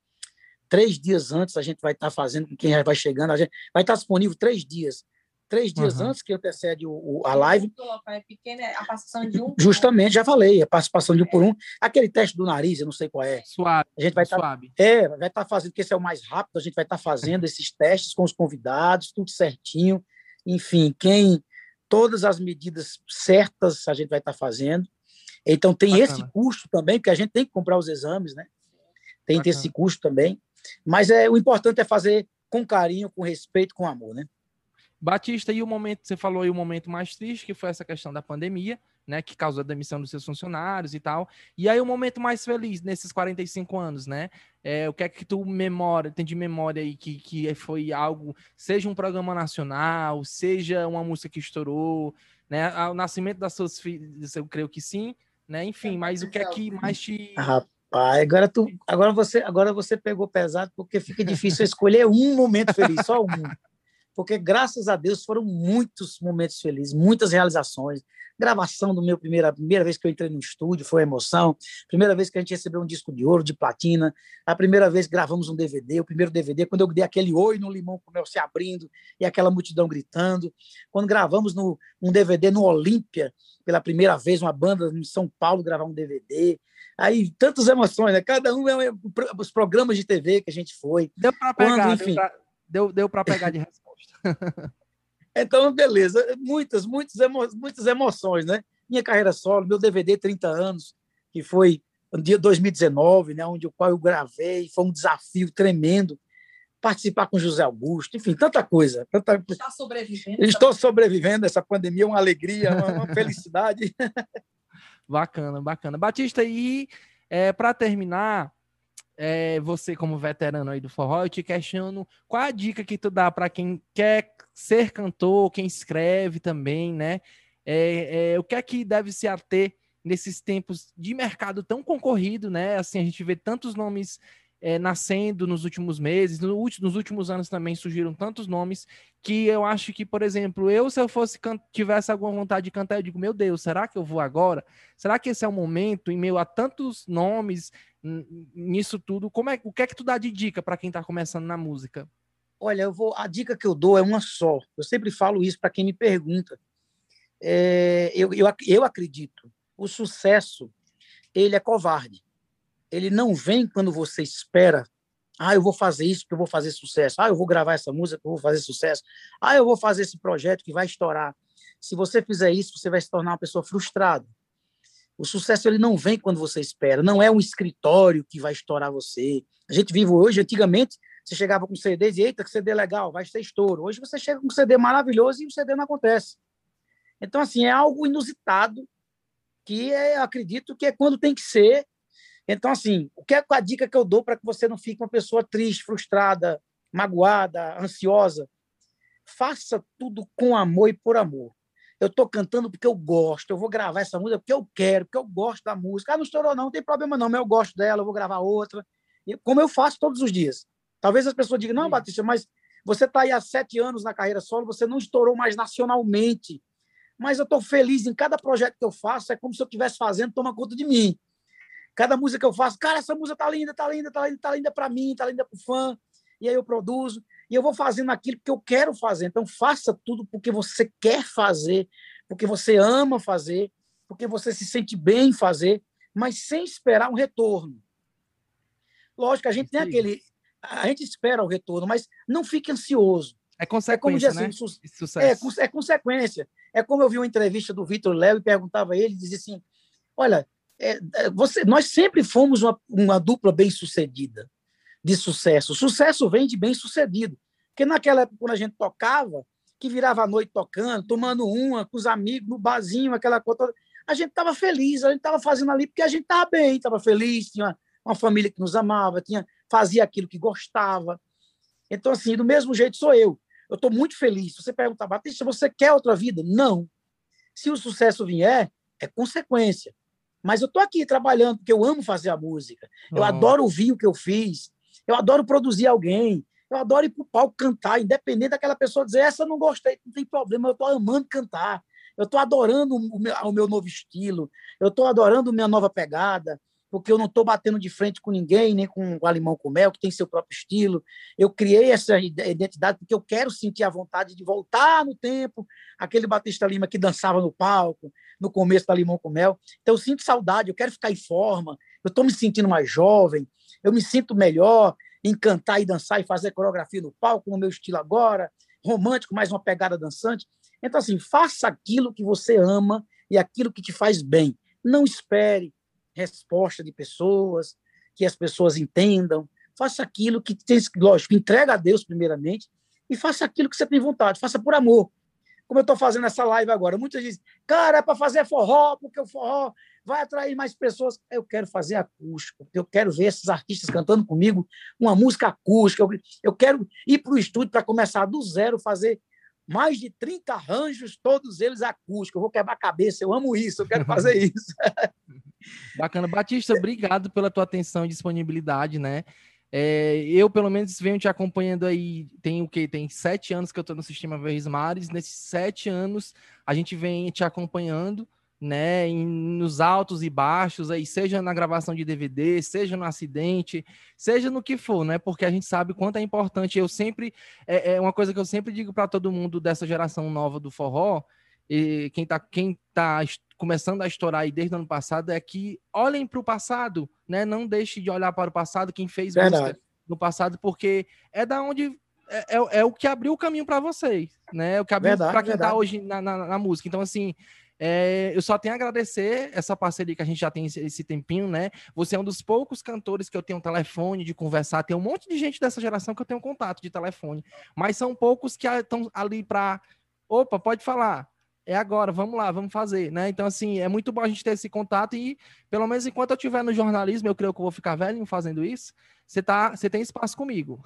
3 dias antes, a gente vai estar fazendo com quem já vai chegando, a gente vai estar disponível 3 dias. 3 dias antes que antecede a live. É pequena, a participação de 1 Justamente, já falei, a participação de 1 por 1. Aquele teste do nariz, eu não sei qual é. Suave. A gente vai estar fazendo, porque esse é o mais rápido, a gente vai estar fazendo esses testes com os convidados, tudo certinho. Enfim, todas as medidas certas a gente vai estar fazendo. Então, tem esse custo também, porque a gente tem que comprar os exames, né? Tem esse custo também. Mas o importante é fazer com carinho, com respeito, com amor, né? Batista, e o momento, você falou aí o momento mais triste, que foi essa questão da pandemia, né, que causou a demissão dos seus funcionários e tal. E aí o momento mais feliz nesses 45 anos, né? O que é que tu tem de memória aí que foi algo, seja um programa nacional, seja uma música que estourou, né? O nascimento das suas filhas, eu creio que sim, né? Enfim, mas o que é que mais te... Rapaz, agora você pegou pesado, porque fica difícil escolher um momento feliz, só um. Porque, graças a Deus, foram muitos momentos felizes, muitas realizações. Gravação do meu a primeira vez que eu entrei no estúdio foi uma emoção. Primeira vez que a gente recebeu um disco de ouro, de platina. A primeira vez que gravamos um DVD, o primeiro DVD, quando eu dei aquele oi no Limão com Mel se abrindo e aquela multidão gritando. Quando gravamos um DVD no Olímpia, pela primeira vez, uma banda em São Paulo gravar um DVD. Aí, tantas emoções, né? Cada um os programas de TV que a gente foi. Deu para pegar, enfim. Deu para pegar de resposta. Então, beleza. Muitas emoções, né? Minha carreira solo, meu DVD 30 anos, que foi no dia 2019, né? O qual eu gravei, foi um desafio tremendo. Participar com José Augusto, enfim, tanta coisa. Está sobrevivendo. Estou sobrevivendo essa pandemia, uma alegria, uma felicidade. Bacana. Batista, e para terminar, você como veterano aí do forró, eu te questiono qual a dica que tu dá para quem quer ser cantor, quem escreve também, né? O que é que deve se ater nesses tempos de mercado tão concorrido, né? Assim, a gente vê tantos nomes nascendo nos últimos meses, nos últimos anos também surgiram tantos nomes que eu acho que, por exemplo, se eu tivesse alguma vontade de cantar, eu digo, meu Deus, será que eu vou agora? Será que esse é o momento, em meio a tantos nomes, nisso tudo? O que é que tu dá de dica para quem está começando na música? Olha, a dica que eu dou é uma só. Eu sempre falo isso para quem me pergunta. Eu acredito, o sucesso, ele é covarde. Ele não vem quando você espera. Eu vou fazer isso porque eu vou fazer sucesso. Eu vou gravar essa música porque eu vou fazer sucesso. Eu vou fazer esse projeto que vai estourar. Se você fizer isso, você vai se tornar uma pessoa frustrada. O sucesso ele não vem quando você espera. Não é um escritório que vai estourar você. A gente vive hoje, antigamente, você chegava com CD e dizia, eita, que CD legal, vai ser estouro. Hoje você chega com um CD maravilhoso e o CD não acontece. Então, assim, é algo inusitado que eu acredito que é quando tem que ser. Então, assim, o que é a dica que eu dou para que você não fique uma pessoa triste, frustrada, magoada, ansiosa? Faça tudo com amor e por amor. Eu estou cantando porque eu gosto, eu vou gravar essa música porque eu quero, porque eu gosto da música. Não estourou não tem problema não, mas eu gosto dela, eu vou gravar outra. Como eu faço todos os dias. Talvez as pessoas digam, não, Batista, mas você está aí há 7 anos na carreira solo, você não estourou mais nacionalmente. Mas eu estou feliz em cada projeto que eu faço, é como se eu estivesse fazendo, toma conta de mim. Cada música que eu faço, cara, essa música tá linda para mim, tá linda pro fã. E aí eu produzo, e eu vou fazendo aquilo que eu quero fazer. Então, faça tudo porque você quer fazer, porque você ama fazer, porque você se sente bem em fazer, mas sem esperar um retorno. Lógico, a gente tem a gente espera o retorno, mas não fique ansioso. É consequência, assim, né? Sucesso. É consequência. É como eu vi uma entrevista do Vitor Léo e perguntava a ele, dizia assim, olha, nós sempre fomos uma dupla bem-sucedida, de sucesso. O sucesso vem de bem-sucedido. Porque naquela época, quando a gente tocava, que virava a noite tocando, tomando uma com os amigos, no barzinho, aquela coisa, a gente estava feliz, a gente estava fazendo ali porque a gente estava bem, estava feliz, tinha uma família que nos amava, fazia aquilo que gostava. Então, assim, do mesmo jeito sou eu. Eu estou muito feliz. Se você perguntar, Batista, você quer outra vida? Não. Se o sucesso vier, é consequência. Mas eu estou aqui trabalhando porque eu amo fazer a música. Eu adoro ouvir o que eu fiz. Eu adoro produzir alguém. Eu adoro ir para o palco cantar, independente daquela pessoa dizer, essa eu não gostei, não tem problema, eu estou amando cantar. Eu estou adorando o meu novo estilo. Eu estou adorando a minha nova pegada, porque eu não estou batendo de frente com ninguém, nem com o Alimão com Mel, que tem seu próprio estilo. Eu criei essa identidade porque eu quero sentir a vontade de voltar no tempo, aquele Batista Lima que dançava no palco, no começo da Limão com Mel. Então, eu sinto saudade, eu quero ficar em forma, eu estou me sentindo mais jovem, eu me sinto melhor em cantar e dançar e fazer coreografia no palco, no meu estilo agora, romântico, mais uma pegada dançante. Então, assim, faça aquilo que você ama e aquilo que te faz bem. Não espere resposta de pessoas, que as pessoas entendam. Faça aquilo que tem, lógico, entrega a Deus primeiramente e faça aquilo que você tem vontade, faça por amor. como eu estou fazendo essa live agora. Muitas dizem, cara, é para fazer forró, porque o forró vai atrair mais pessoas. Eu quero fazer acústico, eu quero ver esses artistas cantando comigo uma música acústica. Eu quero ir para o estúdio para começar do zero, fazer mais de 30 arranjos, todos eles acústicos. Eu vou quebrar a cabeça, eu amo isso, eu quero fazer isso. Bacana. Batista, obrigado pela tua atenção e disponibilidade, né? Eu, pelo menos, venho te acompanhando aí, tem o quê? Tem 7 anos que eu estou no Sistema Verdes Mares. Nesses 7 anos, a gente vem te acompanhando, né? Nos altos e baixos, aí, seja na gravação de DVD, seja no acidente, seja no que for, né? Porque a gente sabe quanto é importante. Eu sempre, é uma coisa que eu sempre digo para todo mundo dessa geração nova do forró, e quem tá começando a estourar aí desde o ano passado, é que olhem para o passado, né? Não deixe de olhar para o passado, quem fez música no passado, porque é da onde é o que abriu o caminho para vocês, né? É o que abriu para quem está hoje na música. Então, assim, eu só tenho a agradecer essa parceria que a gente já tem esse tempinho, né? Você é um dos poucos cantores que eu tenho um telefone de conversar. Tem um monte de gente dessa geração que eu tenho contato de telefone, mas são poucos que estão ali para... Opa, pode falar. É agora, vamos lá, vamos fazer, né? Então, assim, é muito bom a gente ter esse contato e, pelo menos enquanto eu estiver no jornalismo, eu creio que eu vou ficar velho fazendo isso, você tem espaço comigo.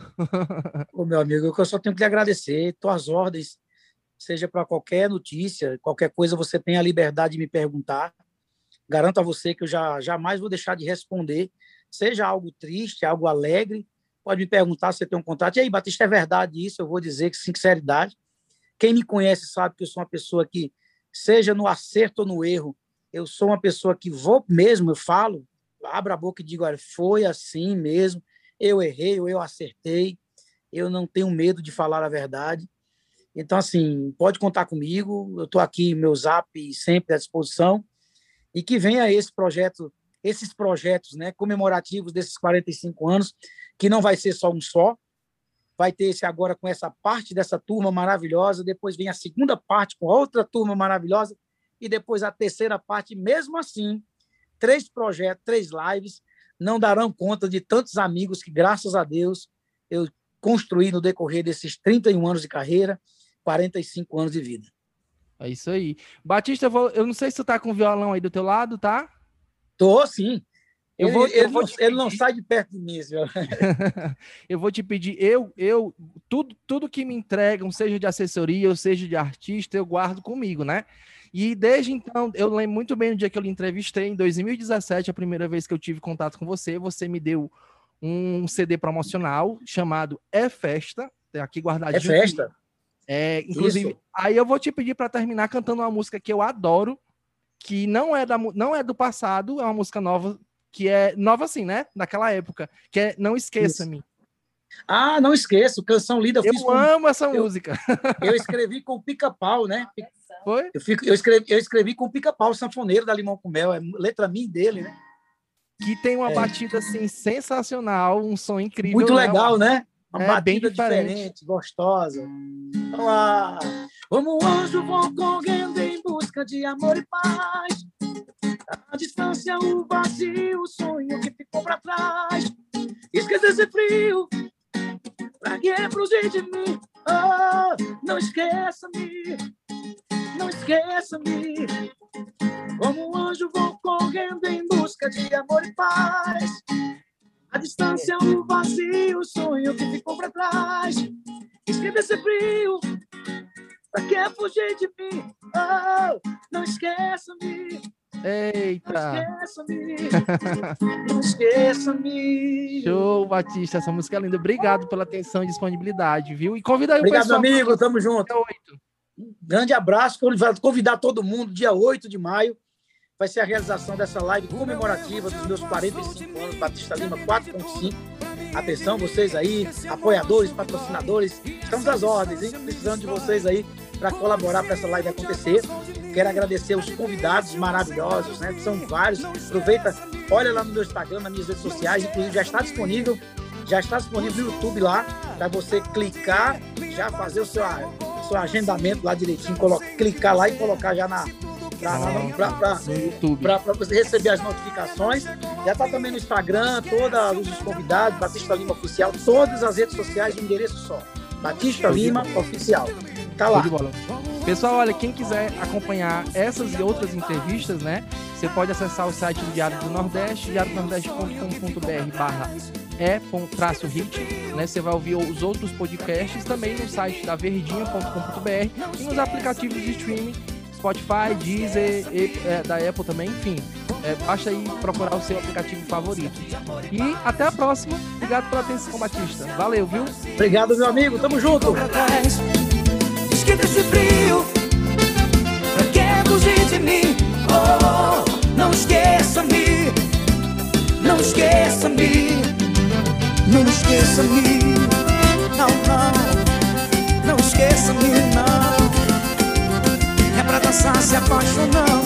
Ô, meu amigo, eu só tenho que lhe agradecer, tuas ordens, seja para qualquer notícia, qualquer coisa, você tem a liberdade de me perguntar. Garanto a você que eu jamais vou deixar de responder, seja algo triste, algo alegre, pode me perguntar se você tem um contato. E aí, Batista, é verdade isso? Eu vou dizer que sinceridade. Quem me conhece sabe que eu sou uma pessoa que, seja no acerto ou no erro, eu sou uma pessoa que vou mesmo, eu falo, abro a boca e digo, olha, foi assim mesmo, eu errei ou eu acertei, eu não tenho medo de falar a verdade. Então, assim, pode contar comigo, eu estou aqui, meu zap sempre à disposição, e que venha esses projetos, né, comemorativos desses 45 anos, que não vai ser só um só, vai ter esse agora com essa parte dessa turma maravilhosa, depois vem a segunda parte com outra turma maravilhosa, e depois a terceira parte, mesmo assim, 3 projetos, 3 lives, não darão conta de tantos amigos que, graças a Deus, eu construí no decorrer desses 31 anos de carreira, 45 anos de vida. É isso aí. Batista, eu não sei se tu tá com o violão aí do teu lado, tá? Tô, sim. Ele não pedir... sai de perto de mim, senhor. Eu vou te pedir, tudo que me entregam, seja de assessoria ou seja de artista, eu guardo comigo, né? E desde então, eu lembro muito bem do dia que eu lhe entrevistei, em 2017, a primeira vez que eu tive contato com você me deu um CD promocional chamado É Festa, tem aqui guardadinho. É Festa? Inclusive, isso. Aí eu vou te pedir para terminar cantando uma música que eu adoro, que não é do passado, é uma música nova, que é nova assim, né? Daquela época, que é Não Esqueça-me. Ah, Não Esqueço, canção linda. Eu amo essa música. Eu escrevi com o Pica-Pau, né? Foi? Eu escrevi com o Pica-Pau, sanfoneiro da Limão com Mel, é letra minha dele, né? Que tem uma batida assim sensacional, um som incrível. Muito legal, né? Uma batida bem diferente, gostosa. Vamos lá. Como anjo vou correndo em busca de amor e paz. A distância, o vazio, o sonho que ficou pra trás. Esqueça esse frio, pra que fugir de mim? Oh, não esqueça-me, não esqueça-me. Como um anjo vou correndo em busca de amor e paz. A distância, o vazio, o sonho que ficou pra trás. Esqueça esse frio, pra que fugir de mim? Oh, não esqueça-me. Eita! Não esqueça-me, não esqueça-me. Show, Batista, essa música é linda. Obrigado pela atenção e disponibilidade, viu? E convida aí o pessoal. Obrigado, amigo, tamo junto. Um grande abraço, vou convidar todo mundo, dia 8 de maio, vai ser a realização dessa live comemorativa dos meus 45 anos, Batista Lima 4.5. Atenção, vocês aí, apoiadores, patrocinadores, estamos às ordens, hein? Precisando de vocês aí para colaborar para essa live acontecer. Quero agradecer os convidados maravilhosos, né? São vários. Aproveita, olha lá no meu Instagram, nas minhas redes sociais, inclusive já está disponível no YouTube lá, para você clicar, já fazer o seu agendamento lá direitinho, clicar lá e colocar já para você receber as notificações. Já está também no Instagram, todos os convidados, Batista Lima Oficial, todas as redes sociais, um endereço só, Batista Lima Oficial. Tá lá. Show de bola. Pessoal, olha, quem quiser acompanhar essas e outras entrevistas, né? Você pode acessar o site do Diário do Nordeste, diariodonordeste.com.br/e-hit, né? Você vai ouvir os outros podcasts também no site da verdinha.com.br e nos aplicativos de streaming, Spotify, Deezer, da Apple também, enfim. Basta aí procurar o seu aplicativo favorito. E até a próxima. Obrigado pela atenção, Batista. Valeu, viu? Obrigado, meu amigo. Tamo junto. Esquenta esse frio, não quer fugir de mim. Oh, não esqueça-me, não esqueça-me, não esqueça-me. Não, não, não esqueça-me, não. É pra dançar se apaixonando.